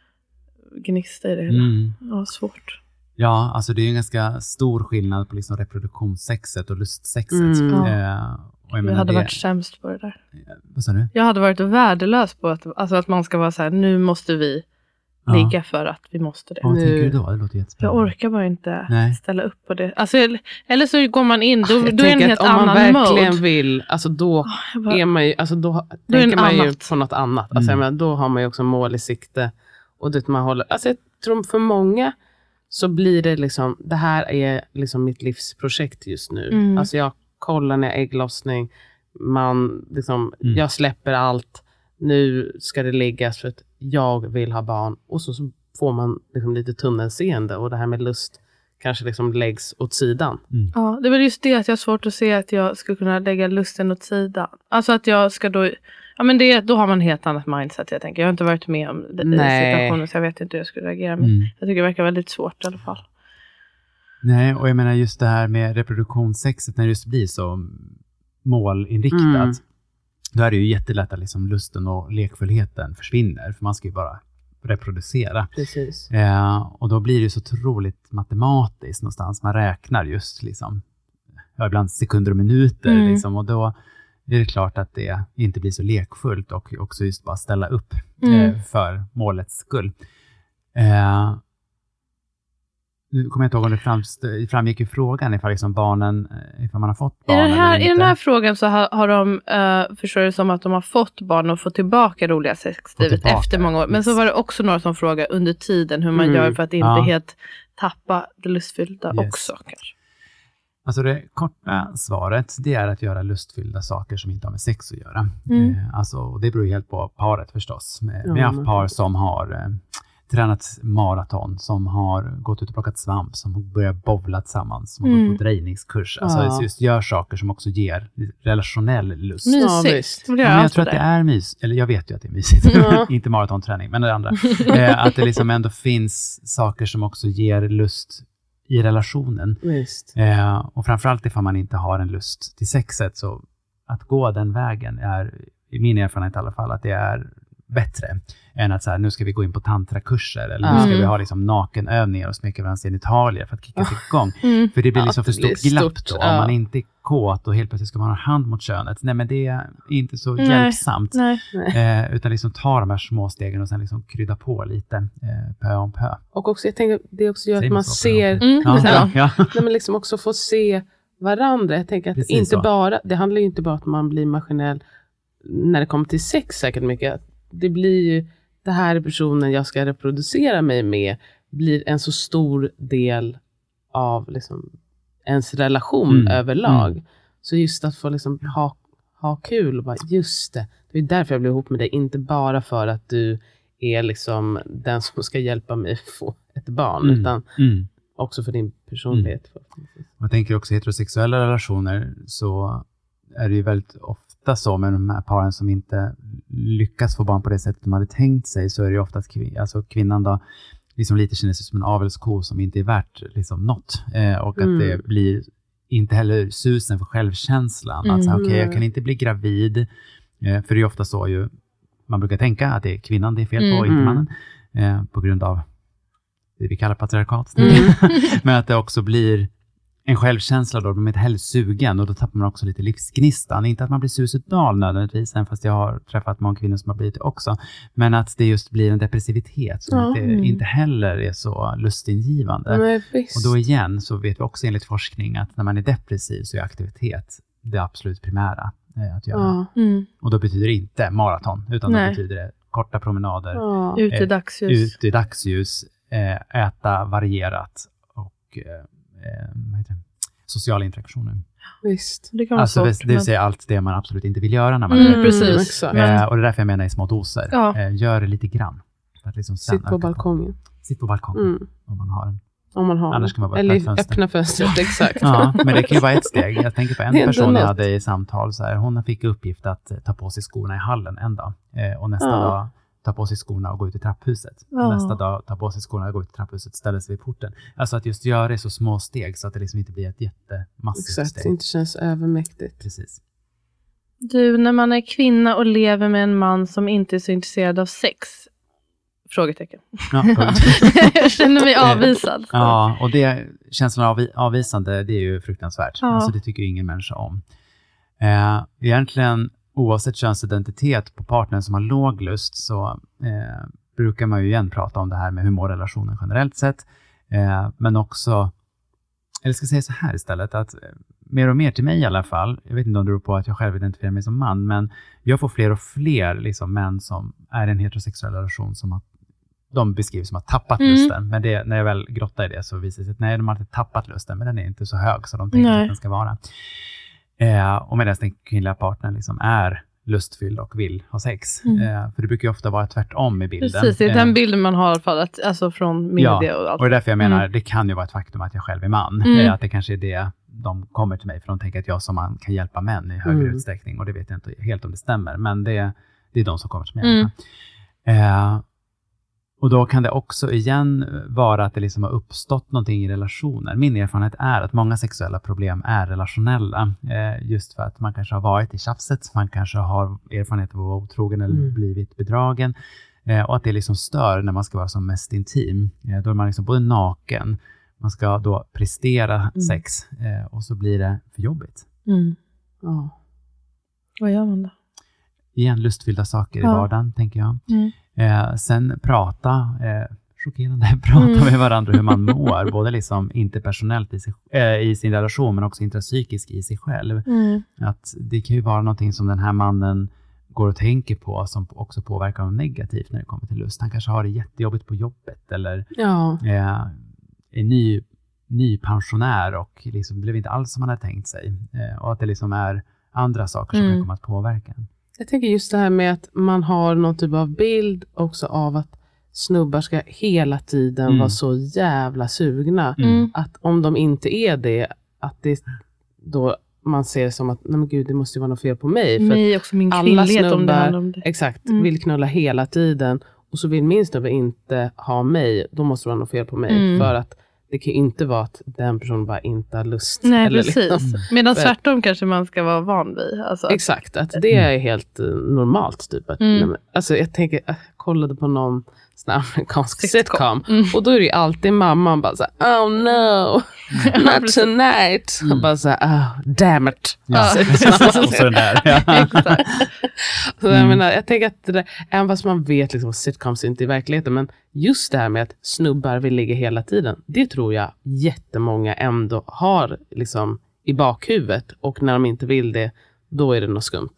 gnista i det hela. Mm. Ja, svårt. Ja, alltså det är en ganska stor skillnad på liksom reproduktionssexet och lustsexet. Mm. Ja. Eh, och jag, jag hade det... varit sämst på det där. Vad sa du? Jag hade varit värdelös på att, alltså att man ska vara så här, nu måste vi ja. Ligga för att vi måste det. Vad nu. tänker du då? Det låter jättespännande. Jag orkar bara inte Nej. Ställa upp på det. Alltså, eller så går man in, då, då är det en helt om annan mode. Om man verkligen mode. Vill, alltså då oh, bara, är man ju, alltså då, då tänker man annat. Ju på något annat. Alltså mm. jag menar, då har man ju också mål i sikte. Och det man håller, alltså jag tror för många så blir det liksom, det här är liksom mitt livsprojekt just nu. Mm. Alltså jag kollar när ägglossning, man liksom, mm. jag släpper allt, nu ska det läggas för att jag vill ha barn. Och så, så får man liksom lite tunnelseende och det här med lust kanske liksom läggs åt sidan. Mm. Ja, det är väl just det att jag har svårt att se att jag ska kunna lägga lusten åt sidan. Alltså att jag ska då, ja men det, då har man ett helt annat mindset jag tänker. Jag har inte varit med om det i situationen så jag vet inte hur jag skulle reagera. Men mm. jag tycker det verkar väldigt svårt i alla fall. Nej, och jag menar just det här med reproduktionssexet när det just blir så målinriktat. Mm. Då är det ju jättelätt att liksom lusten och lekfullheten försvinner. För man ska ju bara reproducera. Precis. Eh, och då blir det ju så otroligt matematiskt någonstans. Man räknar just liksom, ja, ibland sekunder och minuter. Mm. Liksom, och då är det klart att det inte blir så lekfullt. Och också just bara ställa upp mm. eh, för målets skull. Eh, Nu kommer jag inte ihåg om det fram, framgick i frågan ifall liksom barnen, ifall man har fått barn I den här, eller inte. I den här frågan så har, har de, uh, förstår det som att de har fått barn och fått tillbaka roliga sexlivet efter många år. Men yes. Så var det också några som frågade under tiden hur man mm. gör för att inte ja. Helt tappa det lustfyllda yes. också kanske. Alltså det korta svaret, det är att göra lustfyllda saker som inte har med sex att göra. Mm. Eh, alltså, och det beror helt på paret förstås. Med, Ja, vi har haft men- par som har eh, tränat maraton, som har gått ut och plockat svamp, som har börjat bowla tillsammans, som har Mm. gått på drejningskurs. Alltså Ja. just gör saker som också ger relationell lust. Mysigt. Ja, visst. Det blir Ja, men jag allt tror att det det där. är mysigt, eller jag vet ju att det är mysigt, Ja. inte maratonträning, men det andra. eh, att det liksom ändå finns saker som också ger lust i relationen. Visst. Eh, och framförallt ifall man inte har en lust till sexet, så att gå den vägen är, i min erfarenhet i alla fall, att det är bättre än att så här, nu ska vi gå in på tantrakurser eller nu ska Mm. vi ha liksom nakenövningar och smeka varandra genitalier för att kicka sig igång. Mm. För det blir Ja, liksom för det blir stort glapp stort, då. ja. Om man inte är kåt och helt plötsligt ska man ha hand mot könet. Nej, men det är inte så Nej. hjälpsamt. Nej. Eh, utan liksom ta de här små stegen och sen liksom krydda på lite eh, pö om pö. Och också, jag tänker, det också gör Säger att man man så, pö om ser, pö? Mm. Ja, Ja. ja. nej, men liksom också få se varandra. Jag tänker att Precis inte så. bara, det handlar ju inte bara om att man blir maskinell när det kommer till sex säkert mycket. Det blir ju, det här är personen jag ska reproducera mig med, blir en så stor del av liksom ens relation Mm. överlag. Mm. Så just att få liksom ha, ha kul och bara, just det, det är därför jag blev ihop med dig, inte bara för att du är liksom den som ska hjälpa mig få ett barn, Mm. utan Mm. också för din personlighet. Jag tänker också i heterosexuella relationer, så är det ju väldigt ofta så med de här paren som inte lyckas få barn på det sättet de hade tänkt sig, så är det ju ofta att kvin- alltså kvinnan då liksom lite känner sig som en avelsko som inte är värt liksom något. Eh, och att Mm. det blir inte heller susen för självkänslan. Mm. Att säga, okej, jag kan inte bli gravid. Eh, för det är ju ofta så ju, man brukar tänka att det är kvinnan det är fel på, Mm. inte Mm. mannen. Eh, på grund av det vi kallar patriarkat. Mm. Men att det också blir en självkänsla då, de är inte heller sugen, och då tappar man också lite livsgnistan. Inte att man blir suicidal nödvändigtvis, även fast jag har träffat många kvinnor som har blivit det också. Men att det just blir en depressivitet som Ja. inte, Mm. inte heller är så lustingivande. Nej, visst. Och då igen så vet vi också enligt forskning att när man är depressiv så är aktivitet det absolut primära eh, att göra. Ja. Mm. Och då betyder det inte maraton, utan då Nej. betyder det korta promenader, Ja. Ut i Eh, dagsljus. ut i dagsljus, eh, äta varierat och eh, eh, vad heter det? Sociala interaktioner. Visst. Det kan vara Alltså det, svårt. det vill men- säga allt det man absolut inte vill göra när man Mm, är depressiv. precis. Exakt. Eh, och det är därför jag menar i små doser. Ja. Eh, gör det lite grann. För att liksom sen Sitt på öka balkongen. Sitt på balkongen Mm. om man har en. Om man har Annars det. kan man bara Eller öppna ett fönster. öppna fönstret, exakt. Ja, men det kan ju vara ett steg. Jag tänker på en Det är ändå person jag något. hade i samtal. Så här, hon fick uppgift att eh, ta på sig skorna i hallen en dag. Eh, och nästa Ja. dag ta på sig skorna och gå ut i trapphuset. Ja. Nästa dag ta på sig skorna och gå ut i trapphuset, ställa sig vid porten. Alltså att just göra det så små steg så att det liksom inte blir ett jättemassivt Exakt, steg. det inte känns övermäktigt. Precis. Du, när man är kvinna och lever med en man som inte är så intresserad av sex? Frågetecken. Ja, punkt. Jag känner mig avvisad. Ja, och det känslan av avvisande, det är ju fruktansvärt. Ja. Alltså det tycker ju ingen människa om. Eh, egentligen, oavsett könsidentitet på partnern som har låg lust, så eh, brukar man ju igen prata om det här med hur mår relationen generellt sett. Eh, men också, eller ska jag säga så här istället, att eh, mer och mer till mig i alla fall, jag vet inte om det beror på att jag själv identifierar mig som man, men jag får fler och fler liksom, män som är i en heterosexuell relation som har, de beskrivs som att ha tappat Mm. lusten. Men det, när jag väl grottar i det så visar det sig att nej, de har inte tappat lusten, men den är inte så hög så de tänker Nej. att den ska vara. Eh, och medan den kvinnliga partnern liksom är lustfylld och vill ha sex. Mm. Eh, för det brukar ju ofta vara tvärtom i bilden. Precis, det är Eh, den bilden man har i alla fall, att, alltså från media Ja, och allt. och det är därför jag menar, Mm. det kan ju vara ett faktum att jag själv är man. Mm. Eh, att det kanske är det de kommer till mig, för de tänker att jag som man kan hjälpa män i högre Mm. utsträckning. Och det vet jag inte helt om det stämmer, men det, det är de som kommer till mig. Mm. Eh, och då kan det också igen vara att det liksom har uppstått någonting i relationer. Min erfarenhet är att många sexuella problem är relationella. Eh, just för att man kanske har varit i tjafset, man kanske har erfarenhet av att vara otrogen eller Mm. blivit bedragen. Eh, och att det liksom stör när man ska vara som mest intim. Eh, då är man liksom både naken, man ska då prestera Mm. sex eh, och så blir det för jobbigt. Mm. Ja. Vad gör man då? Igen, lustfyllda saker i Ja. vardagen, tänker jag. Mm. Eh, sen prata, eh, chockerande, prata Mm. med varandra hur man mår. Både liksom interpersonellt i, sig, eh, i sin relation, men också intrapsykiskt i sig själv. Mm. Att det kan ju vara någonting som den här mannen går och tänker på som också påverkar honom negativt när det kommer till lust. Han kanske har det jättejobbigt på jobbet eller Ja. eh, är ny, ny pensionär och liksom blev inte alls som man hade tänkt sig. Eh, och att det liksom är andra saker som mm. kan komma att påverka en. Jag tänker just det här med att man har någon typ av bild också av att snubbar ska hela tiden mm. vara så jävla sugna. Mm. Att om de inte är det, att det då man ser det som att nej men gud, det måste ju vara något fel på mig. För mig också, min alla snubbar, om det handlar om det. Exakt, mm. vill knulla hela tiden. Och så vill min snubbe inte ha mig, då måste det vara något fel på mig. Mm. För att det kan ju inte vara att den personen bara inte har lust. Nej, eller precis. Liksom. Medan tvärtom kanske man ska vara van vid. Alltså. Exakt, att det är helt uh, normalt. Typ. Att, mm. nej, alltså jag tänker, jag kollade på någon sån amerikansk sitcom. sitcom mm. Och då är det ju alltid mamman bara så här, oh no, not tonight. Mm. Bara så här, oh, damn it. Ja, så där. Ja. Så jag menar, jag tänker att det där, även fast man vet liksom, att sitcoms inte är i verkligheten, men just det här med att snubbar vill ligga hela tiden, det tror jag jättemånga ändå har liksom i bakhuvudet, och när de inte vill det, då är det något skumt.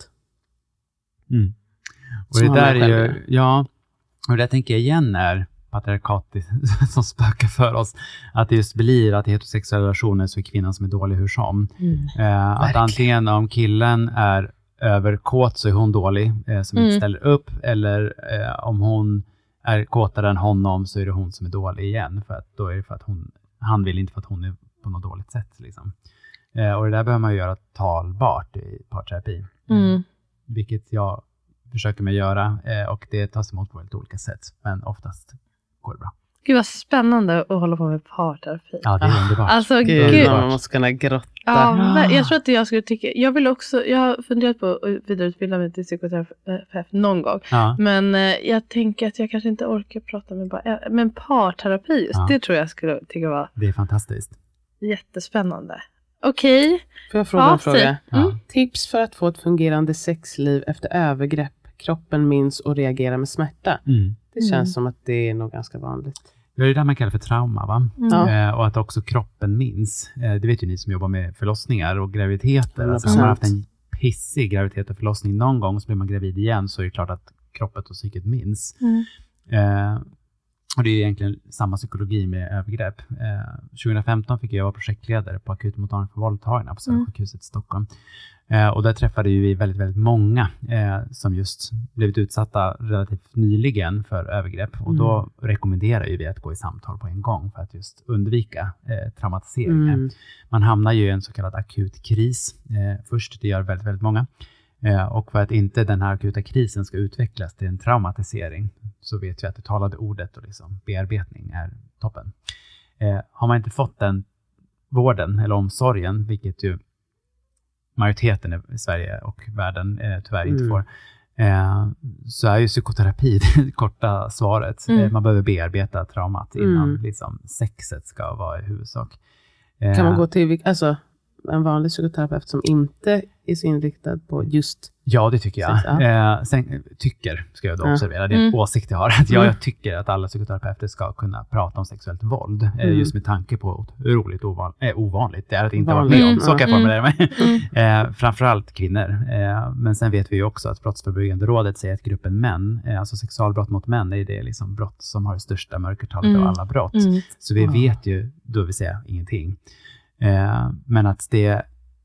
Mm. Och det där är ju, ja, och det tänker jag igen är patriarkatet som spökar för oss, att det just blir att i heterosexuella relationer så är kvinnan som är dålig hur som. Mm. Eh, att antingen om killen är överkåt så är hon dålig eh, som mm. inte ställer upp, eller eh, om hon är kåtare än honom så är det hon som är dålig igen, för att då är det för att hon, han vill inte för att hon är på något dåligt sätt liksom. Eh, och det där behöver man ju göra talbart i parterapi. Mm. Vilket jag försöker mig göra eh, och det tas emot på väldigt olika sätt, men oftast går det bra. Gud vad spännande att hålla på med parterapi. Ja, det är underbart. Alltså, gud, gud. Man måste kunna grotta. Ja, jag tror att jag skulle tycka, jag vill också, jag har funderat på att vidareutbilda mig till psykoterapeut någon gång. Ja. Men eh, jag tänker att jag kanske inte orkar prata med bara, men parterapi just, ja. Det tror jag skulle tycka var. Det är fantastiskt. Jättespännande. Okej. Okay. Får jag fråga ja, en fråga? Mm. Tips för att få ett fungerande sexliv efter övergrepp. Kroppen minns och reagerar med smärta. Mm. Det känns mm. som att det är nog ganska vanligt. Det är det där man kallar för trauma, va? Mm. Eh, och att också kroppen minns. Eh, det vet ju ni som jobbar med förlossningar och graviditeter. Alltså, om man har haft en pissig graviditet och förlossning någon gång, så blir man gravid igen, så är det klart att kroppen och psyket minns. Mm. Eh, och det är egentligen samma psykologi med övergrepp. Eh, tjugo femton fick jag vara projektledare på akutmottagningen för våldtagarna på Södersjukhuset i Stockholm. Eh, och där träffade ju vi väldigt, väldigt många eh, som just blivit utsatta relativt nyligen för övergrepp. Och mm. då rekommenderar ju vi att gå i samtal på en gång för att just undvika eh, traumatiseringar. Mm. Man hamnar ju i en så kallad akut kris eh, först, det gör väldigt, väldigt många. Eh, och för att inte den här akuta krisen ska utvecklas till en traumatisering, så vet vi att det talade ordet och liksom bearbetning är toppen. Eh, har man inte fått den vården eller omsorgen, vilket ju majoriteten i Sverige och världen eh, tyvärr inte mm. får, eh, så är ju psykoterapi det korta svaret. Mm. Eh, man behöver bearbeta traumat innan mm. liksom, sexet ska vara i huvudsak. Eh, kan man gå till alltså, en vanlig psykoterapeut som inte är så inriktad på just... Ja, det tycker jag. Sex, ja. Eh, sen, tycker, ska jag då observera, det är en mm. åsikt jag har. Att jag, jag tycker att alla psykoterapeuter ska kunna prata om sexuellt våld. Mm. Eh, just med tanke på hur roligt ovan, eh, ovanligt det är att inte vara med om. Så kan jag formulera mig. Mm. eh, framförallt kvinnor. Eh, men sen vet vi ju också att Brottsförebyggande rådet säger att gruppen män, eh, alltså sexualbrott mot män, är det liksom brott som har det största mörkertalet mm. av alla brott. Mm. Så vi vet ju, då vill säga ingenting. Eh, men att det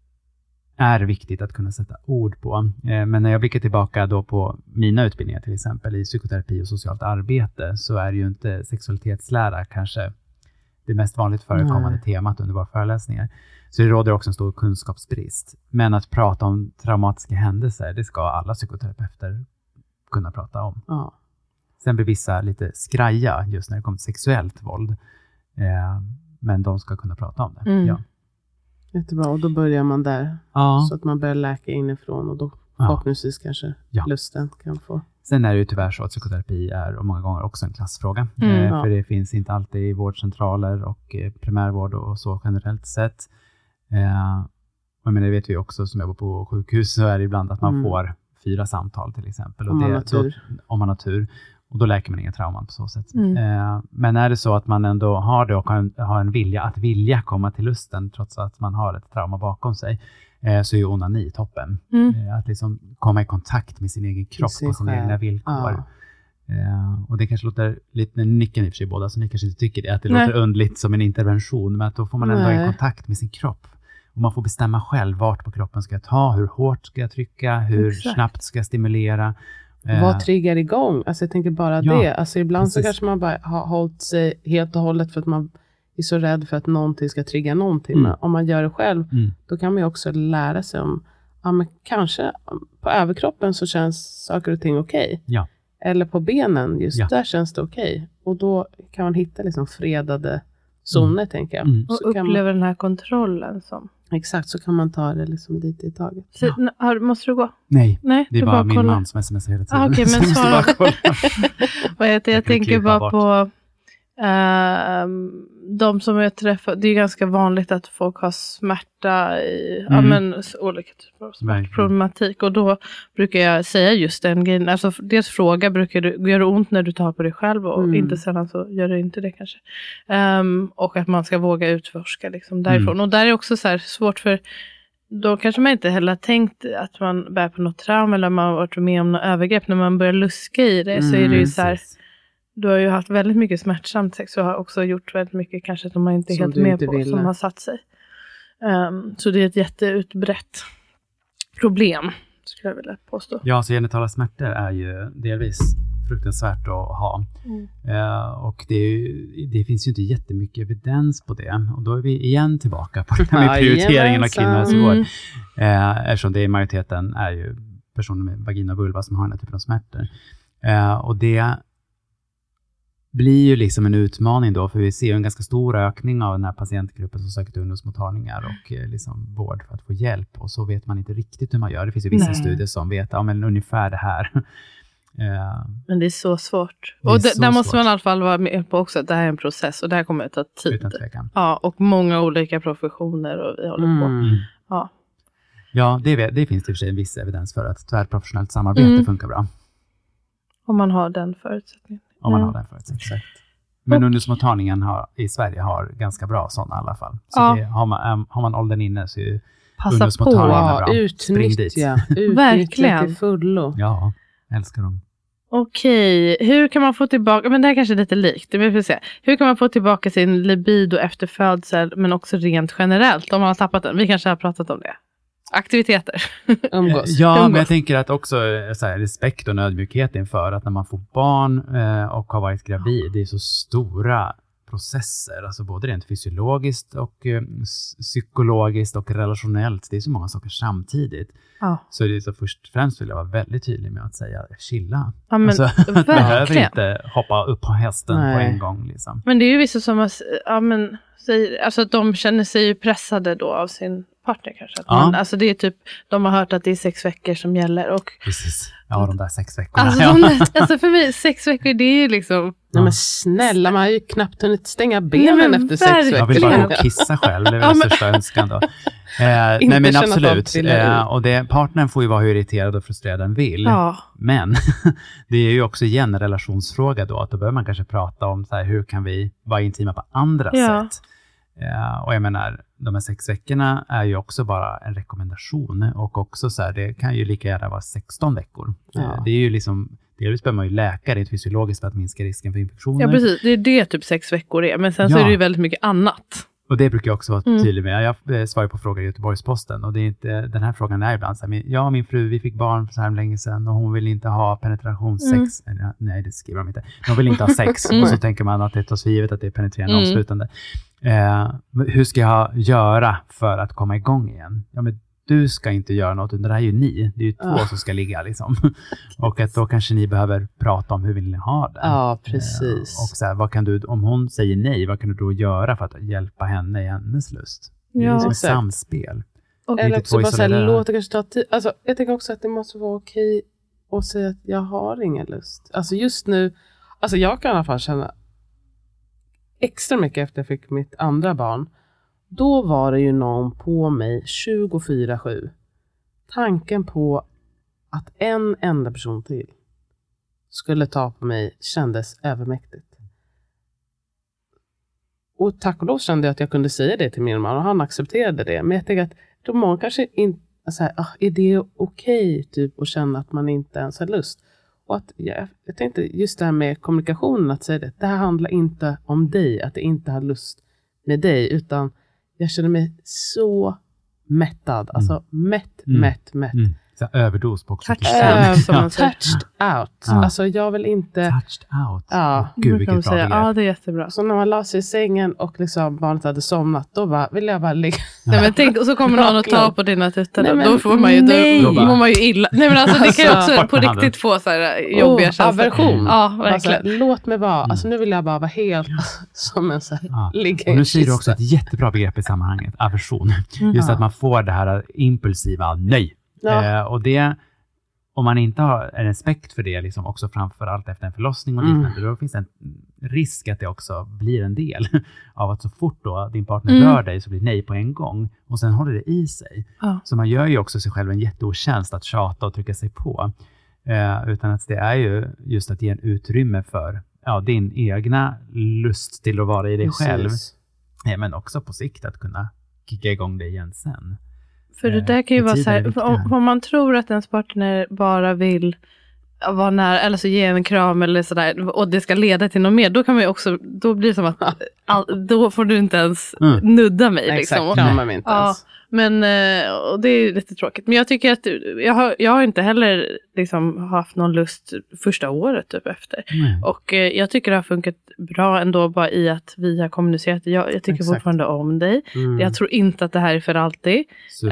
är viktigt att kunna sätta ord på. Eh, men när jag blickar tillbaka då på mina utbildningar till exempel i psykoterapi och socialt arbete, så är ju inte sexualitetslära kanske det mest vanligt förekommande Nej. temat under våra föreläsningar. Så det råder också en stor kunskapsbrist. Men att prata om traumatiska händelser, det ska alla psykoterapeuter kunna prata om. Ja. Sen blir vissa lite skraja just när det kommer till sexuellt våld. Eh, men de ska kunna prata om det. Mm. Ja. Jättebra, och då börjar man där. Ja. Så att man börjar läka inifrån, och då förhoppningsvis ja. kanske ja. lusten kan få. Sen är det ju tyvärr så att psykoterapi är och många gånger också en klassfråga. Mm, eh, ja. För det finns inte alltid i vårdcentraler och eh, primärvård och så generellt sett. Eh, jag menar, det vet vi också som jobbar på sjukhus, så är det ibland att man mm. får fyra samtal till exempel. Och om, det, man har tur. Då, om man har tur. Och då läker man inga trauman på så sätt. Mm. Eh, men är det så att man ändå har det och har en, har en vilja att vilja komma till lusten trots att man har ett trauma bakom sig, eh, så är ju onani toppen. Mm. Eh, att liksom komma i kontakt med sin egen kropp sin på sina egna villkor. Ja. Eh, och det kanske låter lite, nyckeln i och för sig båda, så ni kanske inte tycker det, att det Nej. låter underligt som en intervention, men att då får man ändå Nej. en kontakt med sin kropp. Och man får bestämma själv vart på kroppen ska jag ta, hur hårt ska jag trycka, hur Exakt. snabbt ska jag stimulera. Eh, Vad triggar igång? Alltså jag tänker bara Ja, det. Alltså ibland precis. så kanske man bara har hållit sig helt och hållet för att man är så rädd för att någonting ska trigga någonting. Mm. Men om man gör det själv, Mm. då kan man ju också lära sig om, ja men kanske på överkroppen så känns saker och ting okej. Ja. Eller på benen, just Ja. där känns det okej. Och då kan man hitta liksom fredade zoner, tänker jag. Mm. Och Så kan upplever den här kontrollen som. man, exakt, så kan man ta det liksom lite i taget. Så, n- har, måste du gå? Nej, Nej, det är du bara min kollar. man som smsar hela tiden. Ah, okej, men Så jag måste svara. bara kolla. Vad heter, jag Jag kan tänker klippa bara bort. på ehm, de som jag träffar. Det är ganska vanligt att folk har smärta i ja, Mm. men, s- olika typer av Verkligen. smärtproblematik. Och då brukar jag säga just den grejen. Alltså, f- dels fråga, brukar du, gör det ont när du tar på dig själv? Och Mm. inte sällan så gör det inte det kanske. Ehm, och att man ska våga utforska liksom, därifrån. Mm. Och där är också så här svårt för då kanske man inte heller har tänkt att man bär på något trauma eller man har varit med om något övergrepp. När man börjar luska i det så är det ju så här, Precis. du har ju haft väldigt mycket smärtsamt sex och har också gjort väldigt mycket kanske som man inte är Som helt du med inte på, ville. som har satt sig. Um, så det är ett jätteutbrett problem, skulle jag vilja påstå. Ja, så genitala smärtor är ju delvis fruktansvärt att ha. Mm. Eh, och det, är ju, det finns ju inte jättemycket evidens på det. Och då är vi igen tillbaka på det här med prioriteringen av kvinnohälsovård. Mm. Eh, eftersom det i majoriteten är ju personer med vagina och vulva som har den här typen av smärtor. Eh, och det blir ju liksom en utmaning då, för vi ser ju en ganska stor ökning av den här patientgruppen som söker till ungdomsmottagningar och eh, liksom vård för att få hjälp. Och så vet man inte riktigt hur man gör. Det finns ju vissa Nej. studier som vet, ja men ungefär det här. Eh, Men det är så svårt. Det är Och d- så där måste svårt. man i alla fall vara med på också att det här är en process och det här kommer att ta tid. utan tvekan. Ja, och många olika professioner och vi håller på. Mm. Ja. Ja, det, vet- det finns i och för sig en viss evidens för att tvärprofessionellt samarbete Mm. funkar bra. Om man har den förutsättningen. Om man Mm. har den förutsättningen. Men ungdomsmottagningen har, i Sverige har ganska bra sådana i alla fall. Så Ja. det, har, man, äm, har man åldern inne så är ju Passa ungdomsmottagningen på. är Ja, bra. Spring dit. utnyttja. Utnyttja Verkligen. till fullo. Ja, älskar dem. Okej, hur kan man få tillbaka, men det här kanske är lite likt, men vi får se. Hur kan man få tillbaka sin libido efter födsel, men också rent generellt, om man har tappat den? Vi kanske har pratat om det. Aktiviteter. Umgås. Ja, Umgås. men jag tänker att också eh, så här, respekt och ödmjukhet inför att när man får barn eh, och har varit gravid, det är så stora processer, alltså både rent fysiologiskt och eh, s- psykologiskt och relationellt. Det är så många saker samtidigt. Ja, Så det är så först och främst vill jag vara väldigt tydlig med att säga chilla. ja men Alltså, man behöver verkligen. inte hoppa upp på hästen Nej. på en gång. Liksom. Men det är ju vissa som har, ja, men, säger, alltså att de känner sig ju pressade då av sin partner kanske. Att Ja. man, alltså det är typ, de har hört att det är sex veckor som gäller. Och, Precis. Ja, de där sex veckorna. alltså, ja. de där, alltså för mig, sex veckor det är ju liksom, Nej, men snälla, man har ju knappt hunnit stänga Nej, benen men efter sex verkligen. Jag veckor. vill bara gå och kissa själv, det är väl Ja, men- största önskan då. Eh, nej Inte men känna att de absolut, trillar eh, ut. och det, partnern får ju vara hur irriterad och frustrerad den vill. ja. Men det är ju också igen en relationsfråga då, att då behöver man kanske prata om så här, hur kan vi vara intima på andra Ja. sätt. Eh, och jag menar, de här sex veckorna är ju också bara en rekommendation och också så här, det kan ju lika gärna vara sexton veckor. Ja. Eh, det är ju liksom, delvis behöver man ju läka rent fysiologiskt för att minska risken för infektioner. Ja, precis. Det är det typ sex veckor är. Men sen så Ja. är det ju väldigt mycket annat. Och det brukar jag också vara Mm. tydlig med. Jag eh, svarar på frågor i Göteborgs-Posten och det är inte, den här frågan är ibland så här, min- ja min fru, vi fick barn för så här länge sedan och hon vill inte ha penetrationssex. Mm. Eh, Nej, det skriver de inte. Hon vill inte ha sex. Mm. Och så tänker man att det tas för givet att det är penetrerande Mm. avslutande. Eh, men hur ska jag göra för att komma igång igen? Ja, men du ska inte göra något, utan det här är ju ni. Det är ju två Ja. som ska ligga liksom. Och att då kanske ni behöver prata om hur vill ni ha det. Ja, Eh, precis. och så här, vad kan du, om hon säger nej, vad kan du då göra för att hjälpa henne i hennes lust? Det är Ja. liksom ett Exakt. samspel. Och, Det är Eller inte också två bara så här, isolerade. låt det kanske ta tid. Alltså, jag tänker också att det måste vara okej att säga att jag har ingen lust. Alltså just nu, alltså jag kan i alla fall känna extra mycket efter jag fick mitt andra barn. Då var det ju någon på mig tjugofyra sju. Tanken på att en enda person till skulle ta på mig kändes övermäktigt. Och tack och lov kände jag att jag kunde säga det till min man och han accepterade det. Men jag tänker att då många kanske inte, så här, ah, är det okej typ att känna att man inte ens har lust? Och att jag, jag tänkte just det här med kommunikationen, att säga det. Det här handlar inte om dig, att det inte har lust med dig, utan jag känner mig så mättad. Mm. Alltså mätt, mm. mätt, mätt. Mm. Så överdos på oxytocin. Touched, uh, touched out. Ja. Alltså jag vill inte... Touched out. Ja. Gud, vilket bra begrepp. Ja, det är jättebra. Så när man la sig i sängen och liksom barnet hade somnat, då bara, vill jag bara ligga. Nej, men tänk, och så kommer någon att ta på dina tuttar. Då får man ju, då, då får man ju illa. Nej, men alltså det kan ju också på riktigt få så här jobbiga oh, känslor. Aversion. Ja, verkligen. Alltså, låt mig vara. Alltså nu vill jag bara vara helt som en så här, ja. ligga och nu säger du också ett jättebra begrepp i sammanhanget, aversion. Mm. Just att man får det här impulsiva nej. Ja. Eh, och det, om man inte har en respekt för det, liksom också framförallt efter en förlossning och liknande, mm. då finns det en risk att det också blir en del av att så fort då din partner mm. rör dig så blir nej på en gång och sen håller det i sig. Ja. Så man gör ju också sig själv en jätteotjänst att tjata och trycka sig på. Eh, utan att det är ju just att ge en utrymme för ja, din egna lust till att vara i dig Precis. själv. Eh, men också på sikt att kunna kicka igång dig igen sen. För det där kan ju vara så här, om, om man tror att ens partner bara vill vara nära, eller så ge en kram eller sådär, och det ska leda till något mer, då kan man ju också, då blir det som att all, då får du inte ens mm. nudda mig. Exakt, liksom. kramar mig inte ja, ens. Men, och det är ju lite tråkigt. Men jag tycker att jag har, jag har inte heller liksom haft någon lust första året typ efter. Mm. Och jag tycker det har funkat bra ändå bara i att vi har kommunicerat. Jag, jag tycker Exakt. fortfarande om dig. Mm. Jag tror inte att det här är för alltid.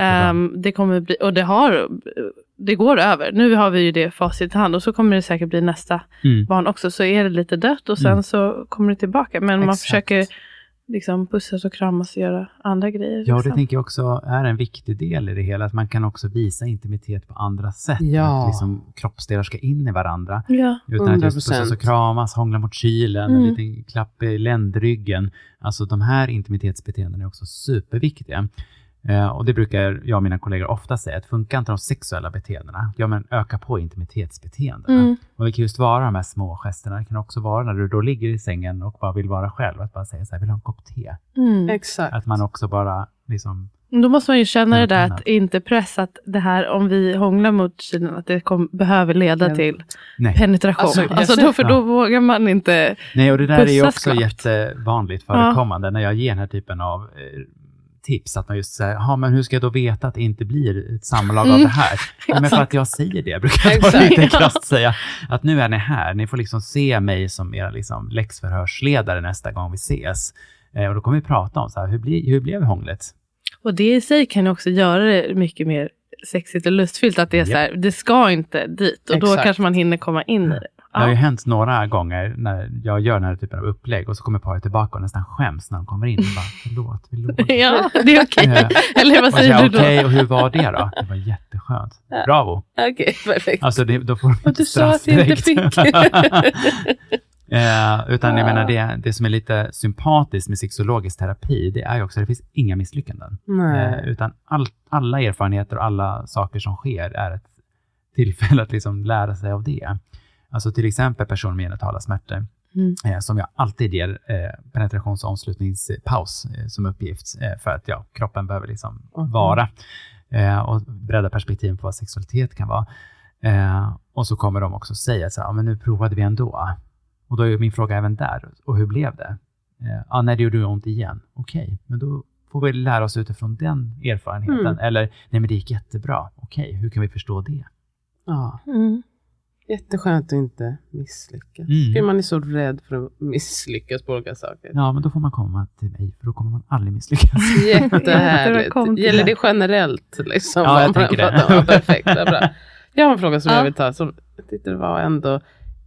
Um, det kommer bli, och det har... Det går över. Nu har vi ju det facit i hand och så kommer det säkert bli nästa mm. barn också. Så är det lite dött och sen mm. så kommer det tillbaka. Men Exakt. man försöker liksom pussas och kramas och göra andra grejer. Ja, liksom. det tänker jag också är en viktig del i det hela. Att man kan också visa intimitet på andra sätt. Ja. Att liksom kroppsdelar ska in i varandra. Ja. Utan att just pussas och kramas, hångla mot kylen, mm. en liten klapp i ländryggen. Alltså de här intimitetsbeteenden är också superviktiga. Uh, och det brukar jag och mina kollegor ofta säga, att funkar inte de sexuella beteendena, ja men öka på intimitetsbeteendena. Mm. Och det kan just vara de här små gesterna, det kan också vara när du då ligger i sängen och bara vill vara själv, att bara säga så här, vill du ha en kopp te? Mm. Exakt. Att man också bara liksom... Då måste man ju känna det där att inte pressa att det här, om vi hånglar mot kylen, att det kom, behöver leda till Nej. penetration. Alltså, alltså då, för då ja. vågar man inte. Nej, och det där är ju också klart. jättevanligt förekommande ja. när jag ger den här typen av... Eh, tips att man just säger, ja men hur ska jag då veta att det inte blir ett samlag av det här? Mm. Men för att jag säger det, brukar jag då lite krasst säga att nu är ni här, ni får liksom se mig som era liksom läxförhörsledare nästa gång vi ses. Eh, och då kommer vi prata om så här, hur, bli, hur blev hånglet? Och det i sig kan också göra det mycket mer sexigt och lustfyllt, att det är yep. så här, det ska inte dit och Exakt. då kanske man hinner komma in i det. Det har ju hänt några gånger när jag gör den här typen av upplägg och så kommer paret tillbaka och nästan skäms när de kommer in och bara, förlåt, vi låg. Ja, det är okej. Okay. Eller vad säger du då? Okej, okay, och hur var det då? Det var jätteskönt. Bravo. Okej, okay, perfekt. Alltså det, då får du inte straff direkt. Du sa att jag inte fick. Eh, utan jag menar det, det som är lite sympatiskt med sexologisk terapi, det är ju också att det finns inga misslyckanden. Eh, utan all, alla erfarenheter och alla saker som sker är ett tillfälle att liksom lära sig av det. Alltså till exempel personer med genitala smärtor mm. eh, som jag alltid ger eh, penetrations- och omslutningspaus eh, som uppgift eh, för att ja, kroppen behöver liksom mm. vara eh, och bredda perspektiven på vad sexualitet kan vara. Eh, och så kommer de också säga så här, ja, men nu provade vi ändå. Och då är min fråga även där, och hur blev det? Eh, ja, när det gjorde ont igen. Okej, okay, men då får vi lära oss utifrån den erfarenheten. Mm. Eller, nej men det gick jättebra. Okej, okay, hur kan vi förstå det? Ja. Mm. Jätteskönt att inte misslyckas. Mm. Man är så rädd för att misslyckas på olika saker. Ja, men då får man komma till mig, för då kommer man aldrig misslyckas. Jättehärligt. Gäller det generellt? Liksom? Ja, jag tänker det. Ja, perfekt, det är bra. Jag har en fråga som ja. jag vill ta. Som jag tyckte det var ändå...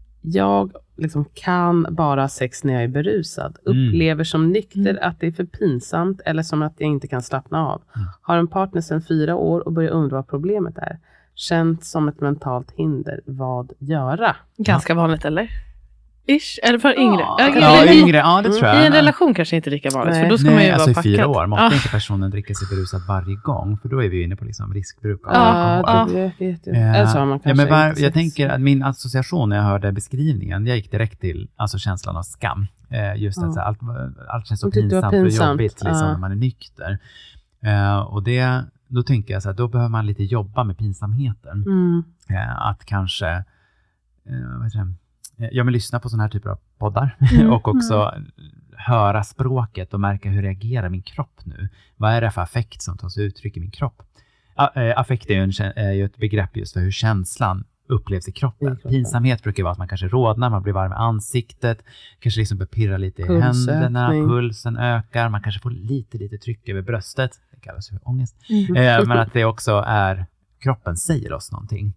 Jag liksom kan bara sex när jag är berusad. Mm. Upplever som nykter mm. att det är för pinsamt. Eller som att jag inte kan slappna av. Mm. Har en partner sedan fyra år och börjar undra vad problemet är. Känt som ett mentalt hinder. Vad göra? Ganska vanligt, eller? Ish, eller för yngre. Ja, ja, ja yngre, ja det tror jag. I en relation kanske inte lika vanligt. Nej. För då ska Nej, man ju alltså vara packad. I fyra år måste ah. inte personen dricka sig berusad varje gång. För då är vi ju inne på liksom riskbruk av ja, alkohol. Ja, det vet jag. Eller så har man kanske ja, men var, jag tänker att min association när jag hörde beskrivningen, jag gick direkt till alltså känslan av skam. Just att ja. allt, allt känns så pinsamt, pinsamt och jobbigt liksom, ja. när man är nykter. Uh, och det, då tänker jag så här, då behöver man lite jobba med pinsamheten. Mm. Uh, att kanske eh, vad heter det? Jag vill lyssna på sådana här typer av poddar mm. och också mm. höra språket och märka hur reagerar min kropp nu. Vad är det för affekt som tar sig uttryck i min kropp? Affekt är ju, en, är ju ett begrepp just för hur känslan upplevs i kroppen. I kroppen. Pinsamhet brukar vara att man kanske rodnar, man blir varm i ansiktet, kanske liksom börjar pirra lite i händerna, pulsen ökar, man kanske får lite, lite tryck över bröstet. Det kallas för ångest. Mm. Eh, men att det också är, kroppen säger oss någonting.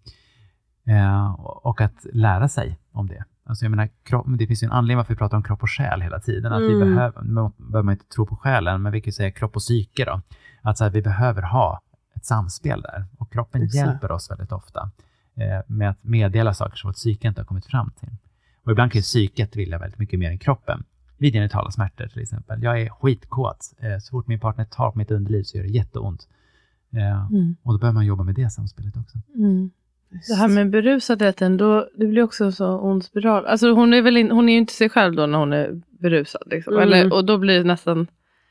Eh, och att lära sig om det. Alltså jag menar, kropp, det finns ju en anledning varför vi pratar om kropp och själ hela tiden. Att mm. vi behöver, behöver man inte tro på själen, men vi kan säga kropp och psyke då. Att så här, vi behöver ha ett samspel där. Och kroppen Exakt. hjälper oss väldigt ofta eh, med att meddela saker som vårt psyke inte har kommit fram till. Och ibland kan ju psyket vilja väldigt mycket mer än kroppen. Vid genitala smärtor till exempel. Jag är skitkåt. Eh, så fort min partner tar på mitt underliv så gör det jätteont. Eh, mm. Och då behöver man jobba med det samspelet också. Mm. Det här med berusadheten, då, det blir också så ond spiral. Alltså hon är väl in, hon är ju inte sig själv då när hon är berusad. Liksom. Mm. Eller, och då blir det nästan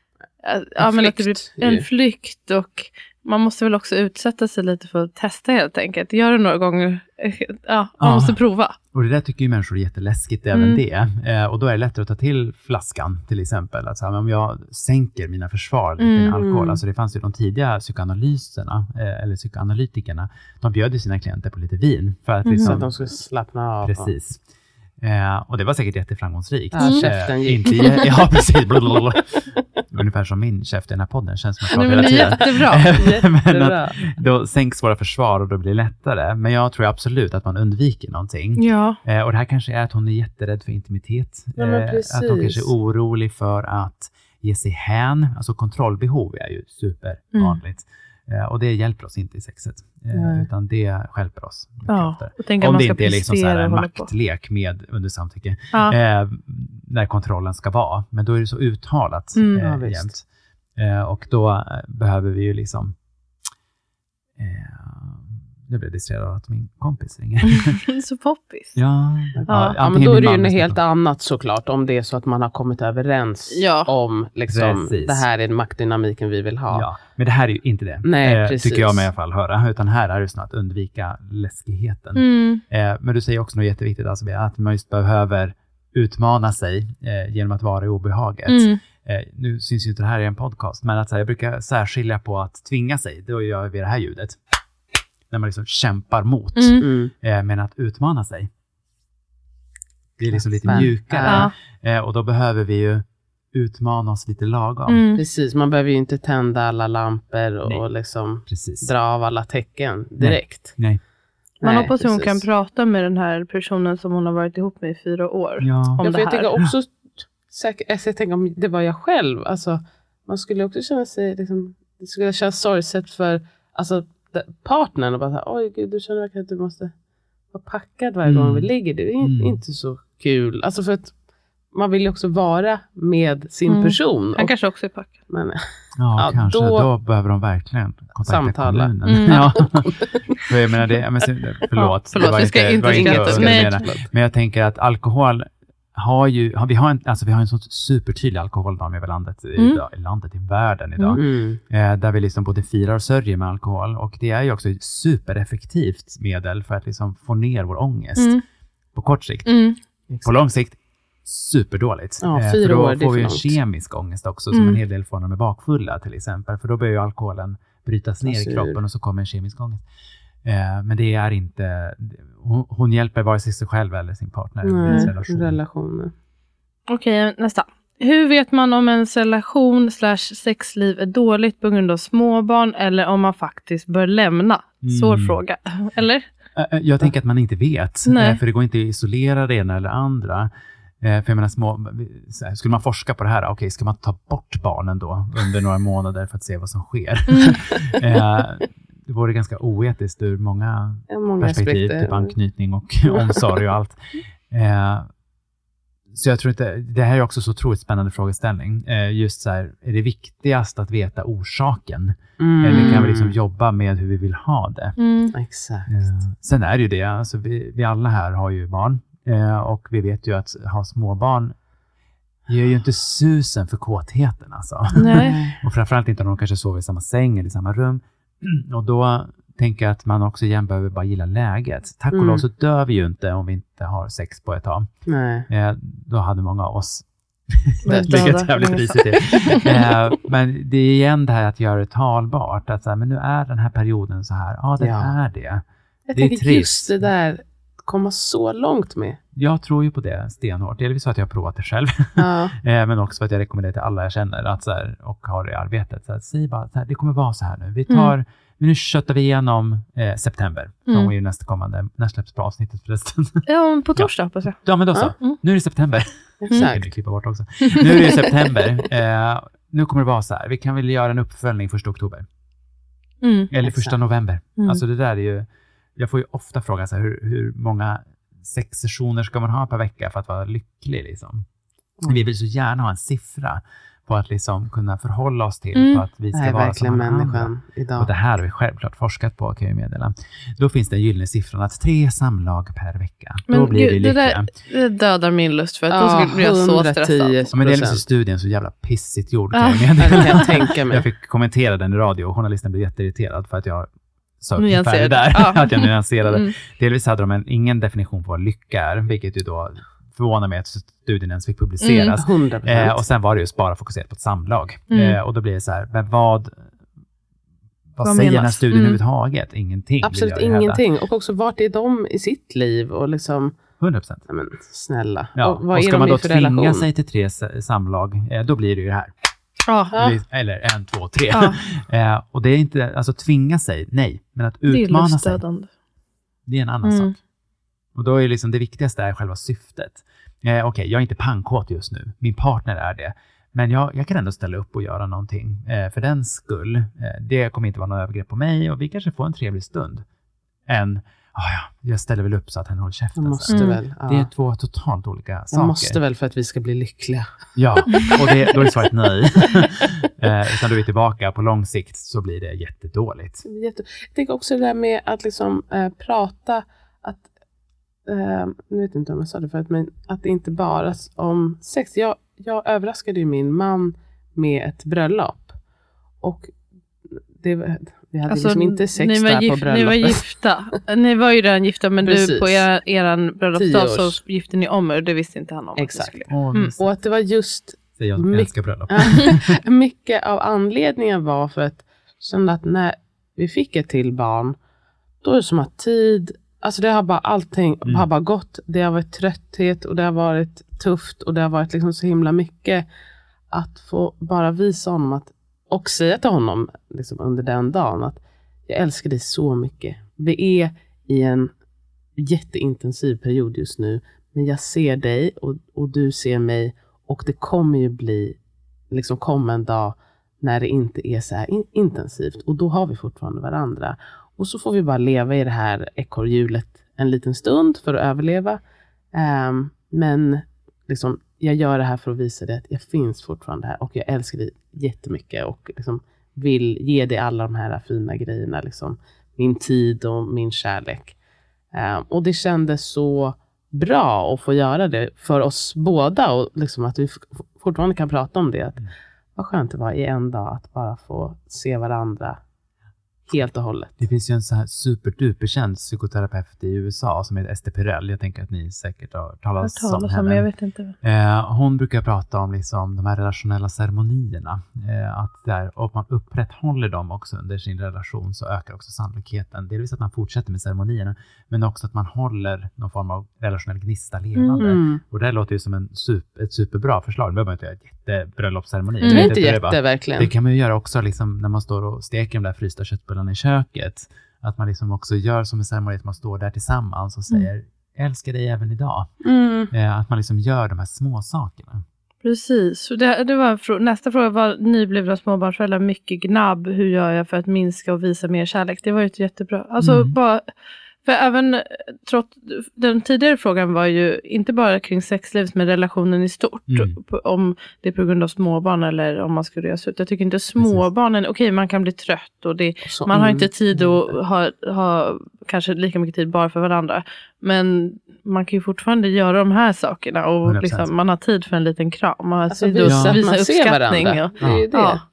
ja, men att det blir en flykt. Och man måste väl också utsätta sig lite för att testa helt enkelt. Gör det några gånger. Ja, man ja. måste prova. Och det där tycker ju människor är jätteläskigt även mm. det. Eh, och då är det lättare att ta till flaskan till exempel. Alltså, om jag sänker mina försvar lite med mm. alkohol. Alltså det fanns ju de tidiga psykoanalyserna eh, eller psykoanalytikerna. De bjöd ju sina klienter på lite vin. För att, mm. liksom, så att de skulle slappna av. Precis. Eh, och det var säkert jätteframgångsrikt. Ja, käften gick. Inte, ja, precis. Blablabla. Ungefär som min käft i den här podden. Känns som att jag pratar hela tiden. Jättebra. Men att då sänks våra försvar och då blir det lättare. Men jag tror absolut att man undviker någonting. Ja. Eh, och det här kanske är att hon är jätterädd för intimitet. Ja, eh, att hon kanske är orolig för att ge sig hän. Alltså kontrollbehov är ju supervanligt. Mm. Eh, och det hjälper oss inte i sexet. Eh, utan det hjälper oss. Ja, om det inte är liksom så här en maktlek med under samtycke. Ja. Eh, när kontrollen ska vara. Men då är det så uttalat mm, eh, ja, jämt. Eh, och då eh, behöver vi ju liksom eh, jag blev distraherad av att min kompis ringer. Så poppis. Ja, ja. ja men då är det ju något helt annat såklart. Om det är så att man har kommit överens ja. om liksom, det här är maktdynamiken vi vill ha. Ja, men det här är ju inte det. Nej, eh, precis. Tycker jag med i alla fall höra. Utan här är det snart att undvika läskigheten. Mm. Eh, men du säger också något jätteviktigt. Alltså, att man just behöver utmana sig eh, genom att vara i obehaget. Mm. Eh, nu syns ju inte det här i en podcast. Men att, så här, jag brukar särskilja på att tvinga sig. Då gör vi det här ljudet. När man liksom kämpar mot. Mm. Eh, men att utmana sig. Det är liksom lite mjukare. Ja. Eh, och då behöver vi ju utmana oss lite lagom. Mm. Precis, man behöver ju inte tända alla lampor och, och liksom dra av alla tecken direkt. Nej. Nej. Man hoppas att hon kan prata med den här personen som hon har varit ihop med i fyra år. Ja. Om ja, det jag här. tänker också, säkert, jag tänker om det var jag själv. Alltså, man skulle också känna sig, liksom, det skulle kännas sorgset för alltså, partnern och bara så här, oj gud, du känner verkligen att du måste vara packad varje mm. gång vi ligger. Det är mm. inte så kul. Alltså för att man vill ju också vara med sin mm. person. Han och, kanske också är packad. Men, ja, ja, kanske. Då, då behöver de verkligen kontakta samtala. kommunen. Mm. Ja. För jag menar det, men, förlåt. Ja, förlåt, det var vi ska inte, inte, inte, inte men, men jag tänker att alkohol har ju, vi har en, alltså vi har en sån supertydlig alkoholnorm i landet, mm. idag, i landet, i världen idag. Mm. Eh, där vi liksom både firar och sörjer med alkohol. Och det är ju också ett supereffektivt medel för att liksom få ner vår ångest. Mm. På kort sikt. Mm. På lång sikt, superdåligt. Ja, eh, fyra för då år, får vi en kemisk ångest också, mm. som en hel del får när de är bakfulla till exempel. För då börjar ju alkoholen brytas ner alltså, i kroppen och så kommer en kemisk ångest. Eh, men det är inte, hon, hon hjälper vare sig sig själv eller sin partner. Nej, relation. relationer. Okej, okay, nästa. Hur vet man om en relation slash sexliv är dåligt på grund av småbarn eller om man faktiskt bör lämna? Svår mm. fråga, eller? Jag tänker att man inte vet. Nej. För det går inte att isolera det ena eller andra. För jag menar, små, skulle man forska på det här, okej, okay, ska man ta bort barnen då under några månader för att se vad som sker? Mm. Det vore ganska oetiskt ur många, ja, många perspektiv, aspekter. Typ anknytning och omsorg och allt. Eh, så jag tror inte, det här är också så otroligt spännande frågeställning. Eh, just så här, är det viktigast att veta orsaken? Mm. Eller kan vi liksom jobba med hur vi vill ha det? Mm. Exakt. Eh, sen är det ju det, alltså vi, vi alla här har ju barn. Eh, och vi vet ju att ha småbarn ger ju inte susen för kåtheten alltså. Nej. Och framförallt inte om de kanske sover i samma säng eller i samma rum. Och då tänker att man också igen behöver bara gilla läget. Tack och Mm. lov så dör vi ju inte om vi inte har sex på ett tag. Nej. Eh, då hade många av oss Väldigt legat döda. jävligt risigt till. eh, men det är igen det här att göra det talbart. Att så här, men nu är den här perioden så här. Ja, det Ja. är det. Jag Det är tänker trist. just det där, komma så långt med. Jag tror ju på det stenhårt. Delvis så att jag har provat det själv. Ja. eh, men också för att jag rekommenderar till alla jag känner att, så här, och har det i arbetet. Så här, säg bara så här, det kommer vara så här nu. Vi tar, Mm. men nu köttar vi igenom eh, september. Som Mm. är ju nästa kommande, när släpps på avsnittet förresten. Ja, på torsdag hoppas jag. Ja, men då så. Mm. Nu är det september. Jag kan Exakt. ju klippa bort också. Nu är det september. Eh, nu kommer det vara så här. Vi kan väl göra en uppföljning första oktober. Mm. Eller Exakt. första november. Mm. Alltså det där är ju... Jag får ju ofta frågan så här, hur, hur många sexsessioner ska man ha per vecka för att vara lycklig liksom? Mm. Vi vill så gärna ha en siffra på att liksom kunna förhålla oss till. Mm. På att vi Det ska här är vara verkligen som alla andra. människan Och idag. det här har vi självklart forskat på, kan jag meddela. Då finns det en gyllene siffran att tre samlag per vecka. Då Men blir gud, vi det lyckliga. där det dödar min lust för att Ja, då skulle bli jag så stressad. Ja, men delvis är procent. studien så jävla pissigt gjord, Ah. kan jag Ja, det meddela. kan jag tänka mig. Jag fick kommentera den i radio och journalisten blev jätteirriterad för att jag sa Nyanserade. ungefär det där. Ja. Att jag nyanserade. Mm. Delvis hade de en, ingen definition på vad lycka är, vilket ju då förvånar mig att studien ens fick publiceras. hundra procent. Eh, och sen var det just bara fokuserat på ett samlag. Mm. Eh, och då blir det så här, men vad, vad, Vad säger menas? den här studien Mm. överhuvudtaget? Ingenting. vill Absolut jag ju hävda. ingenting. Och också, vart är de i sitt liv? Och liksom, hundra procent. nej men snälla. Ja. Och vad och är ska de man i då för tvinga relation? sig till tre s- samlag, eh, då blir det ju det här. Ja. Ja. Eller en, två, tre. Ja. eh, och det är inte, alltså tvinga sig, nej. Men att Det är utmana sig, lustdödande. det är en annan Mm. sak. Och då är liksom det viktigaste är själva syftet. Eh, Okej, okay, jag är inte pangkåt just nu. Min partner är det. Men jag, jag kan ändå ställa upp och göra någonting eh, för den skull. Eh, det kommer inte vara något övergrepp på mig och vi kanske får en trevlig stund. Än, ah ja, jag ställer väl upp så att han håller käften. Jag måste Mm. väl. Ja. Det är två totalt olika saker. Jag måste väl för att vi ska bli lyckliga. Ja, och det, då är svaret nej. eh, utan då är vi tillbaka på lång sikt så blir det jättedåligt. Jätte... Jag tänker också det där med att liksom eh, prata, att eh, nu vet jag inte om jag sa det förut, men att det inte bara om sex. Jag, jag överraskade ju min man med ett bröllop. Och det, vi hade Alltså, liksom inte sex ni var där gift, på bröllopet. Ni var gifta. Ni var ju redan gifta, men du, Precis. på er, eran bröllopsdag Tio års. så gifte ni om er. Det visste inte han om. Exakt. Att ni skulle. Åh, Mm. mysigt. Och att det var just Säger jag som mycket- älskar bröllop. mycket av anledningen var för att jag kände att när vi fick ett till barn, då är det som att tid, alltså det har bara allting Mm. har bara gått. Det har varit trötthet och det har varit tufft och det har varit liksom så himla mycket att få bara visa honom att, och säga till honom liksom under den dagen att jag älskar dig så mycket. Vi är i en jätteintensiv period just nu, men jag ser dig och, och du ser mig och det kommer ju bli liksom komma en dag när det inte är så här in- intensivt och då har vi fortfarande varandra. Och så får vi bara leva i det här ekorrhjulet en liten stund för att överleva. Um, men liksom, jag gör det här för att visa dig att jag finns fortfarande här och jag älskar dig jättemycket och liksom vill ge dig alla de här fina grejerna. Liksom, min tid och min kärlek. Um, och det kändes så bra att få göra det för oss båda och liksom att vi f- fortfarande kan prata om det. Att, vad skönt det var i en dag att bara få se varandra helt och hållet. Det finns ju en så här superduperkänd psykoterapeut i U S A som heter Esther Perel. Jag tänker att ni säkert har Jag talat har om talat om, men jag henne. vet inte. Eh, hon brukar prata om liksom de här relationella ceremonierna. Eh, att där, och man upprätthåller dem också under sin relation så ökar också sannolikheten. Delvis att man fortsätter med ceremonierna men också att man håller någon form av relationell gnista levande. Mm. Och det låter ju som en super, ett superbra förslag. Nu behöver man inte göra ett jättebröllopsceremoni. Mm. Det är Jag inte vet jätte, bara- verkligen. Det kan man ju göra också liksom, när man står och steker de där frysta köttbullarna i köket. Att man liksom också gör som en ceremoni att man står där tillsammans och säger jag älskar dig även idag. Mm. Eh, att man liksom gör de här små sakerna. Precis. Så det, det var, frå- nästa fråga var nyblivna småbarnsföräldrar. Mycket gnabb. Hur gör jag för att minska och visa mer kärlek? Det var ju ett jättebra. Alltså Mm. bara... För även trots den tidigare frågan var ju inte bara kring sexlivet men relationen i stort. Mm. På- Om det är på grund av småbarn eller om man skulle resa ut. Jag tycker inte småbarnen, okej okay, man kan bli trött och det, Så man har in- inte tid att ha, ha kanske lika mycket tid bara för varandra. Men man kan ju fortfarande göra de här sakerna och hundra procent. liksom, man har tid för en liten kram. Man har Alltså tid visa att att visa man ser uppskattning. varandra. Och, Det är ju det. ja.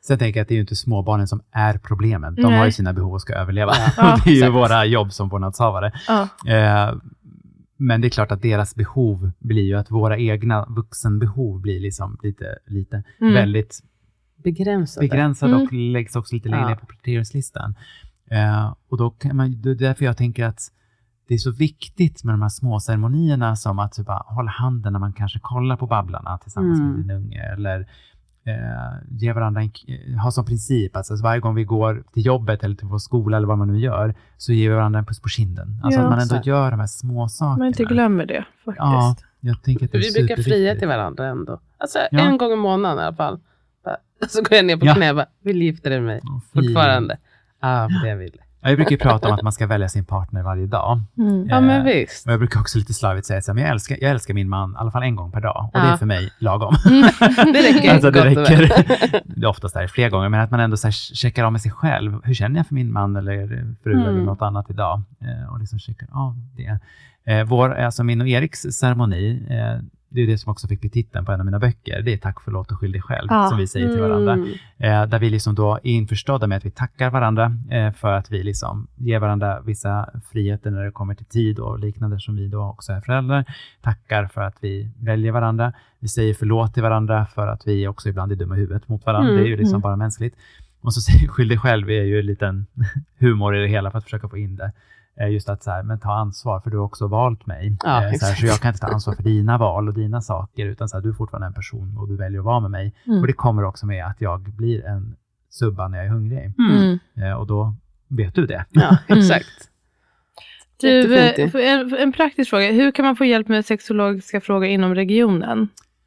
Sen tänker jag att det är ju inte småbarnen som är problemen. De Nej. har ju sina behov och ska överleva. Ja, det är ju exakt. våra jobb som vårdnadshavare. Ja. Eh, men det är klart att deras behov blir ju att våra egna vuxenbehov blir liksom lite, lite Mm. väldigt Begränsade. begränsade Mm. och läggs också lite längre Ja. på prioriteringslistan. Eh, och då kan man, det är därför jag tänker att det är så viktigt med de här små ceremonierna som att typ bara hålla handen när man kanske kollar på Babblarna tillsammans Mm. med din unge eller eh, ge varandra en, ha som princip alltså, alltså varje gång vi går till jobbet eller till vår skola eller vad man nu gör så ger vi varandra en puss på kinden. Alltså Ja, att man ändå exakt. gör de här små sakerna. Man inte glömmer det faktiskt. Ja, jag tänker att det är Vi brukar fria superviktigt. till varandra ändå. Alltså Ja. en gång i månaden i alla fall. Bara- Så går jag ner på Ja. knä och bara, vill du gifta dig med mig? Åh, fint. Fortfarande. Ja, det jag vill. Ja, jag brukar ju prata om att man ska välja sin partner varje dag. Mm. Ja, men visst. Och jag brukar också lite slarvigt säga att jag älskar, jag älskar min man i alla fall en gång per dag. Och det Ja. är för mig lagom. Det räcker alltså det gott och väl. räcker. Det är oftast är det fler gånger. Men att man ändå så här checkar av med sig själv. Hur känner jag för min man eller fru Mm. eller något annat idag? Eh, och liksom checkar av det. Eh, vår, alltså min och Eriks ceremoni, eh, det är det som också fick bli titeln på en av mina böcker. Det är tack, förlåt och skyll dig själv. Ja. Som vi säger till varandra. Mm. Eh, där vi liksom då är införstådda med att vi tackar varandra eh, för att vi liksom ger varandra vissa friheter när det kommer till tid och liknande som vi då också är föräldrar. Tackar för att vi väljer varandra. Vi säger förlåt till varandra för att vi också ibland är dumma i huvudet mot varandra. Mm, Det är ju liksom mm. bara mänskligt. Och så säger skyll dig själv är ju en liten humor i det hela för att försöka få in det. Eh, Just att så här, men ta ansvar för du har också valt mig. Ja, Eh, så, här, exakt. så jag kan inte ta ansvar för dina val och dina saker utan så här, du är fortfarande en person och du väljer att vara med mig. Mm. Och det kommer också med att jag blir en subba när jag är hungrig. Mm. Eh, och då vet du det. Ja, exakt. Du, Jättefint eh, en, en praktisk fråga. Hur kan man få hjälp med sexologiska frågor inom regionen?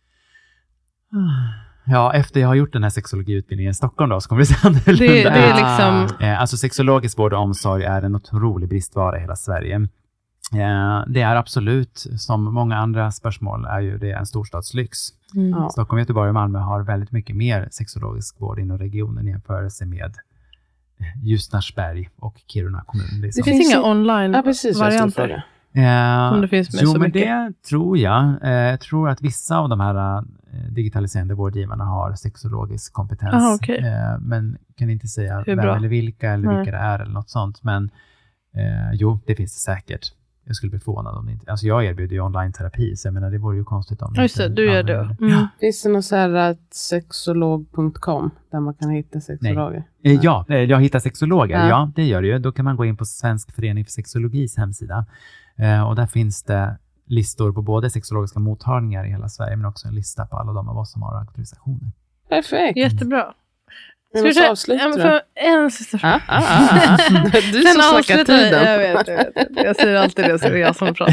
Ja, efter jag har gjort den här sexologiutbildningen i Stockholm då så kommer det se annorlunda Det, det är ut. liksom... Eh, Alltså sexologisk vård och omsorg är en otrolig bristvara i hela Sverige. Eh, Det är absolut, som många andra spörsmål, är ju det en storstadslyx. Mm. Ja. Stockholm, Göteborg och Malmö har väldigt mycket mer sexologisk vård inom regionen i jämförelse med Ljusnarsberg och Kiruna kommun. Liksom. Det finns finns inga ju- online Ja, precis vad jag skulle varianter. fråga. Eh, Som det finns med jo, så men mycket. det tror jag. Eh, jag tror att vissa av de här eh, digitaliserande vårdgivarna har sexologisk kompetens. Aha, okej. eh, men kan inte säga Hur vem bra? eller vilka eller Nej. vilka det är eller något sånt. Men eh, jo, det finns det säkert. Jag skulle bli förvånad om det inte... Alltså jag erbjuder ju online-terapi, så jag menar det vore ju konstigt om Ja, just det, inte du gör det. använder Mm. Finns det något så här att sexolog punkt com där man kan hitta sexologer? Eh, Ja, eh, jag hittar sexologer. Ja. Ja. det gör det ju. Då kan man gå in på Svensk förening för sexologis hemsida. Eh, och där finns det listor på både sexologiska mottagningar i hela Sverige, men också en lista på alla de av oss som har auktorisationer. Perfekt. Jättebra. Vi Ska vi måste köra- avsluta ja, men då. för en sista fråga. Ah, ah, ah, ah. Du Sen som snackar avslutar vi. tiden. Jag vet, jag vet. Jag säger alltid det, så det är jag som pratar.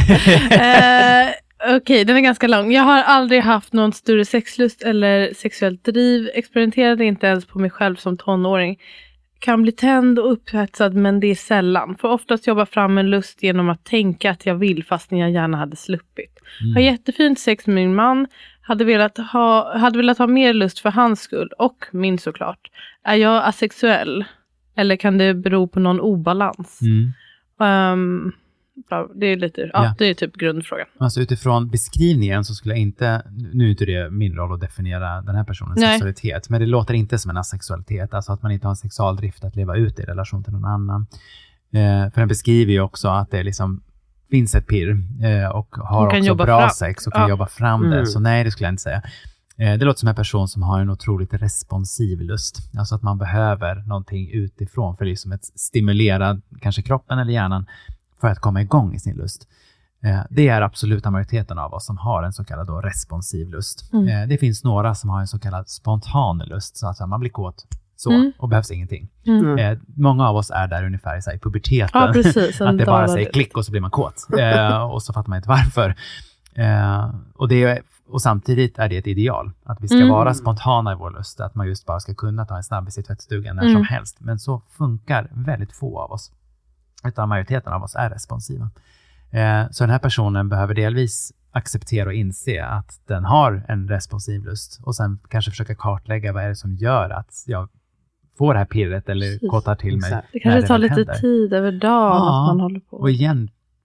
Eh, Okej, den är ganska lång. Jag har aldrig haft någon större sexlust eller sexuellt driv. Experimenterade inte ens på mig själv som tonåring. Kan bli tänd och upphetsad, men det är sällan. Får oftast jobba fram en lust genom att tänka att jag vill, fastän jag gärna hade sluppit. Mm. Har jättefint sex med min man. Hade velat, ha, hade velat ha mer lust för hans skull. Och min såklart. Är jag asexuell? Eller kan det bero på någon obalans? Mm. Um, ja, det är lite, ja, Ja. det är typ grundfrågan. Alltså utifrån beskrivningen så skulle jag inte, nu är inte det min roll att definiera den här personens Nej. sexualitet, men det låter inte som en asexualitet, alltså att man inte har en sexualdrift att leva ut i relation till någon annan. Eh, för den beskriver ju också att det liksom finns ett pirr eh, och har Hon kan också jobba bra fram. sex och kan Ja. jobba fram det, Mm. så nej, det skulle jag inte säga. Eh, det låter som en person som har en otroligt responsiv lust, alltså att man behöver någonting utifrån för liksom att stimulera kanske kroppen eller hjärnan för att komma igång i sin lust. Eh, Det är absoluta majoriteten av oss som har en så kallad då responsiv lust. Mm. Eh, Det finns några som har en så kallad spontan lust, så att man blir kåt så Mm. och behövs ingenting. Mm. Eh, Många av oss är där ungefär i så här, i puberteten. Ja, precis. En Att det bara dag säger där. klick och så blir man kåt. Eh, och så fattar man inte varför. Eh, och, det är, och samtidigt är det ett ideal. Att vi ska Mm. vara spontana i vår lust. Att man just bara ska kunna ta en snabbis i tvättstugan när Mm. som helst. Men så funkar väldigt få av oss. Utan majoriteten av oss är responsiva. Eh, så den här personen behöver delvis acceptera och inse att den har en responsiv lust. Och sen kanske försöka kartlägga vad är det som gör att jag får det här pirret eller Precis. kottar till mig. Exakt. Det när kanske tar väl lite händer. tid över dagen Ja, att man håller på. Och igen,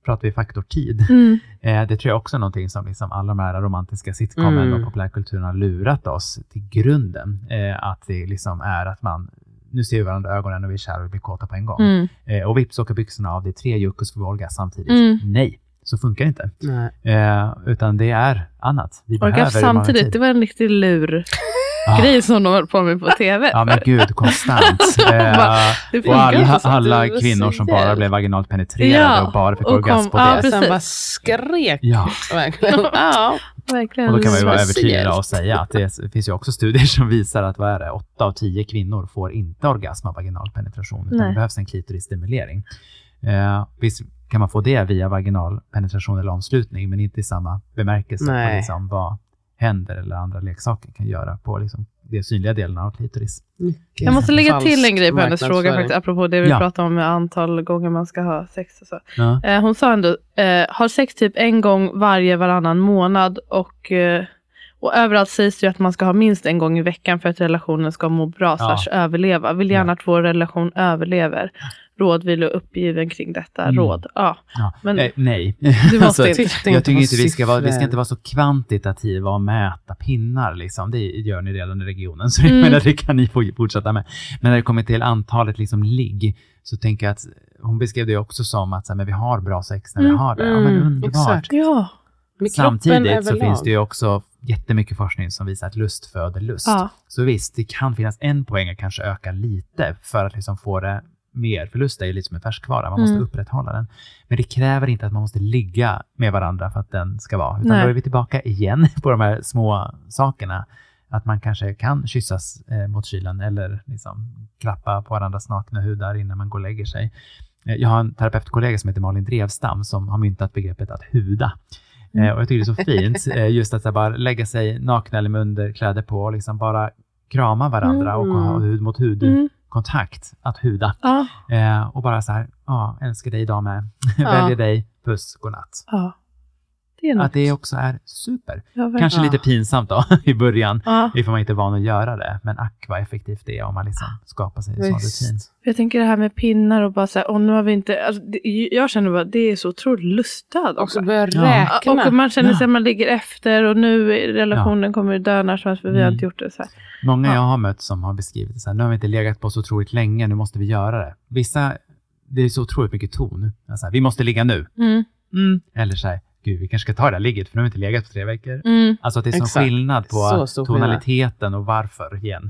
pratar vi faktor tid. Mm. Eh, det tror jag också är någonting som liksom alla de här romantiska sitcomen Mm. och populärkulturen har lurat oss till grunden. Eh, att det liksom är att man, nu ser vi varandra i ögonen och vi är kära och vi blir kåta på en gång. Mm. Eh, och vips åker byxorna av, det är tre juckos för orgasm samtidigt. Mm. Nej, så funkar det inte. Nej. Eh, utan det är annat. Vi Orgasm behöver samtidigt, tid. det var en riktig lur. Ah. Grej som de höll på med på tv. Ja men gud, konstant. Eh, det och funkar alla, inte så. alla det var kvinnor så som bara jävla- blev vaginalt penetrerade Ja, och bara fick och orgasm kom- på ja, det. Och sen precis. bara skrek. Ja, Verkligen. Ja. Verkligen. och då kan man ju vara Speciellt. övertygad och säga att det finns ju också studier som visar att vad är det, åtta av tio kvinnor får inte orgasm av vaginal penetration, utan Nej. det behövs en klitorisstimulering. Eh, visst kan man få det via vaginal penetration eller omslutning, men inte i samma bemärkelse på Nej. liksom vad händer eller andra leksaker kan göra på liksom de synliga delarna av klitoris. Mycket Jag måste lägga till en grej på hennes marknadsföring. fråga faktiskt, apropå det vi Ja. pratade om med antal gånger man ska ha sex och så. Ja. Eh, hon sa ändå, eh, har sex typ en gång varje varannan månad och, eh, och överallt sägs det ju att man ska ha minst en gång i veckan för att relationen ska må bra Ja. slash överleva. Vill gärna att vår relation överlever. Råd, vill och uppgiven kring detta. Mm. Råd, ja. Ja. Men- eh, nej. Du måste inte. Titta Jag inte tycker på inte vi ska, vara, vi ska siffror. inte vara så kvantitativa och mäta pinnar. Liksom. Det gör ni redan i regionen, så Mm. jag menar, det kan ni få fortsätta med. Men när det kommer till antalet liksom, ligg, så tänker jag att hon beskrev det också som att så här, men vi har bra sex när vi Mm. har det. Ja, men Mm, underbart. exakt. Ja. Med kroppen Samtidigt så överlag. finns det ju också jättemycket forskning som visar att lust föder lust. Ja. Så visst, det kan finnas en poäng att kanske öka lite för att liksom få det mer. För lust är ju lite som en färskvara, man måste Mm. upprätthålla den. Men det kräver inte att man måste ligga med varandra för att den ska vara. Utan Nej. då är vi tillbaka igen på de här små sakerna. Att man kanske kan kyssas eh, mot kylen eller liksom klappa på varandras nakna hudar innan man går och lägger sig. Eh, jag har en terapeutkollega som heter Malin Drevstam som har myntat begreppet att huda. Eh, och jag tycker det är så fint eh, just att så här, bara lägga sig nakna eller med underkläder på och liksom bara krama varandra Mm. och ha hud mot hud Mm. kontakt, att huda. Ja. Eh, och bara så här, ja, älskar dig idag med. Ja. Väljer dig, puss, godnatt. Ja. Det är något. Att det också är super. Ja, verkligen. Kanske Ja. lite pinsamt då i början, Ja. ifall man inte är van att göra det. Men ack vad effektivt det är om man liksom skapar sig en sån Visst. rutin. Jag tänker det här med pinnar och bara så här, och nu har vi inte, alltså, det, jag känner bara, det är så otroligt lustad. Också också. börja Ja. räkna. Och man känner sig Ja. att man ligger efter och nu är relationen kommer dö när som helst för vi har Mm. inte gjort det så här. Många Ja. jag har mött som har beskrivit det så här, nu har vi inte legat på så otroligt länge, nu måste vi göra det. Vissa, det är så otroligt mycket ton. Så här, vi måste ligga nu. Mm. Mm. Eller så här, gud vi kanske ska ta det här ligget för nu har vi inte legat på tre veckor. Mm. Alltså att det är sån Exakt. skillnad på Så stor skillnad. tonaliteten och varför igen.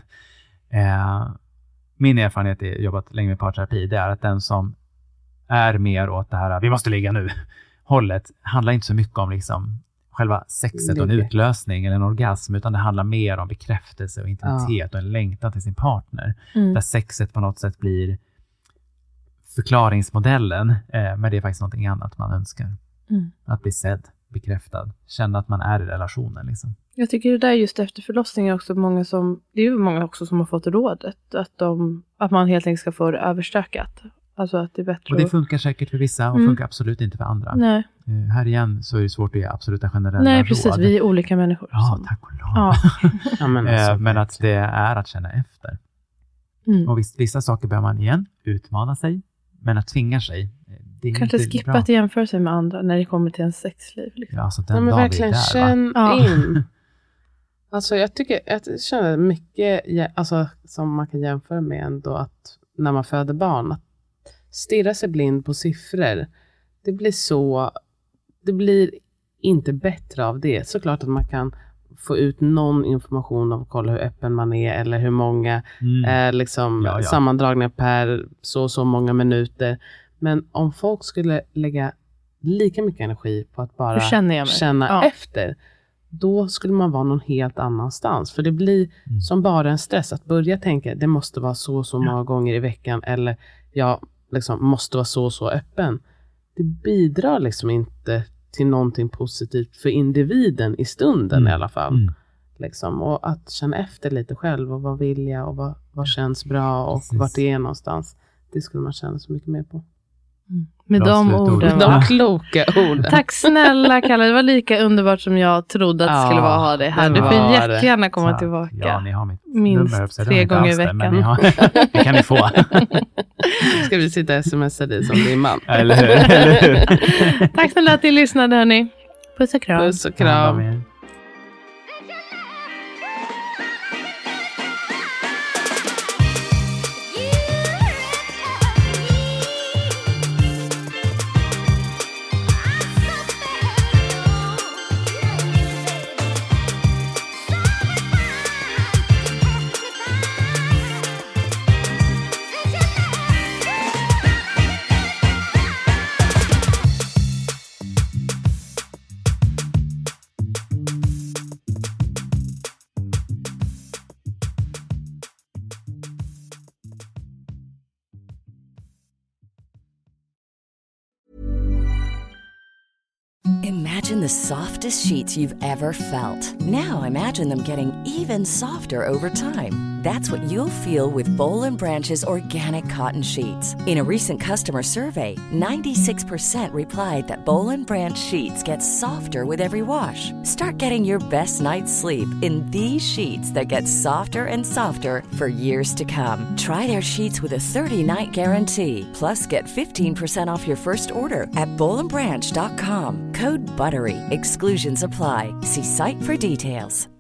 Eh, min erfarenhet, jag har jobbat länge med parterapi, det är att den som är mer åt det här, vi måste ligga nu, hållet, handlar inte så mycket om liksom själva sexet och en Ligga. utlösning eller en orgasm, utan det handlar mer om bekräftelse och intimitet och en längtan till sin partner. Mm. Där sexet på något sätt blir förklaringsmodellen, eh, men det är faktiskt någonting annat man önskar. Mm. Att bli sedd, bekräftad, känna att man är i relationen liksom. Jag tycker det där just efter förlossningen är också många som, det är ju många också som har fått rådet att, de, att man helt enkelt ska få det överstökat. Alltså att det är bättre Och det att- funkar säkert för vissa och Mm. funkar absolut inte för andra. Nej, Eh, här igen så är det svårt att ge absoluta generella Nej råd. precis, vi är olika människor. Ja, som- tack och lov. Ja. Ja, men, Eh, alltså, men att det är att känna efter. Mm. Och visst, vissa saker behöver man igen utmana sig, men att tvinga sig, eh, det är Kanske inte skippa bra. att jämföra sig med andra när det kommer till en sexliv. Liksom. Ja, alltså den Ja, men dagen verkligen vi är där, va? känn Ja. in. Alltså jag tycker, jag känner mycket ja, alltså, som man kan jämföra med ändå att när man föder barn, att stirra sig blind på siffror, det blir så, det blir inte bättre av det. Såklart att man kan få ut någon information av att kolla hur öppen man är eller hur många Mm. eh, liksom, Ja, ja. sammandragningar per så och så många minuter. Men om folk skulle lägga lika mycket energi på att bara Hur känner jag mig? känna Ja. efter, då skulle man vara någon helt annanstans. För det blir Mm. som bara en stress att börja tänka, det måste vara så och så många gånger i veckan, eller jag liksom måste vara så och så öppen. Det bidrar liksom inte till någonting positivt för individen i stunden Mm. i alla fall. Mm. Liksom. Och att känna efter lite själv och vad vill jag och vad, vad känns bra och Precis. vart det är någonstans. Det skulle man känna så mycket mer på. Med de orden. De kloka orden. Tack snälla Kalle, det var lika underbart som jag trodde att det skulle vara att ha dig här. Du får jättegärna komma så, tillbaka. Ja, ni har mitt minst nummer, tre gånger i veckan. Det, har, det kan ni få. Ska vi sitta och smsa dig som din man? Eller hur? Eller hur? Tack snälla att ni lyssnade, hörni. Puss och kram. Puss och kram. Ja, Imagine the softest sheets you've ever felt. Now imagine them getting even softer over time. That's what you'll feel with Boll and Branch's organic cotton sheets. In a recent customer survey, ninety-six percent replied that Boll and Branch sheets get softer with every wash. Start getting your best night's sleep in these sheets that get softer and softer for years to come. Try their sheets with a thirty-night guarantee. Plus, get fifteen percent off your first order at boll and branch dot com. Code BUTTERY. Exclusions apply. See site for details.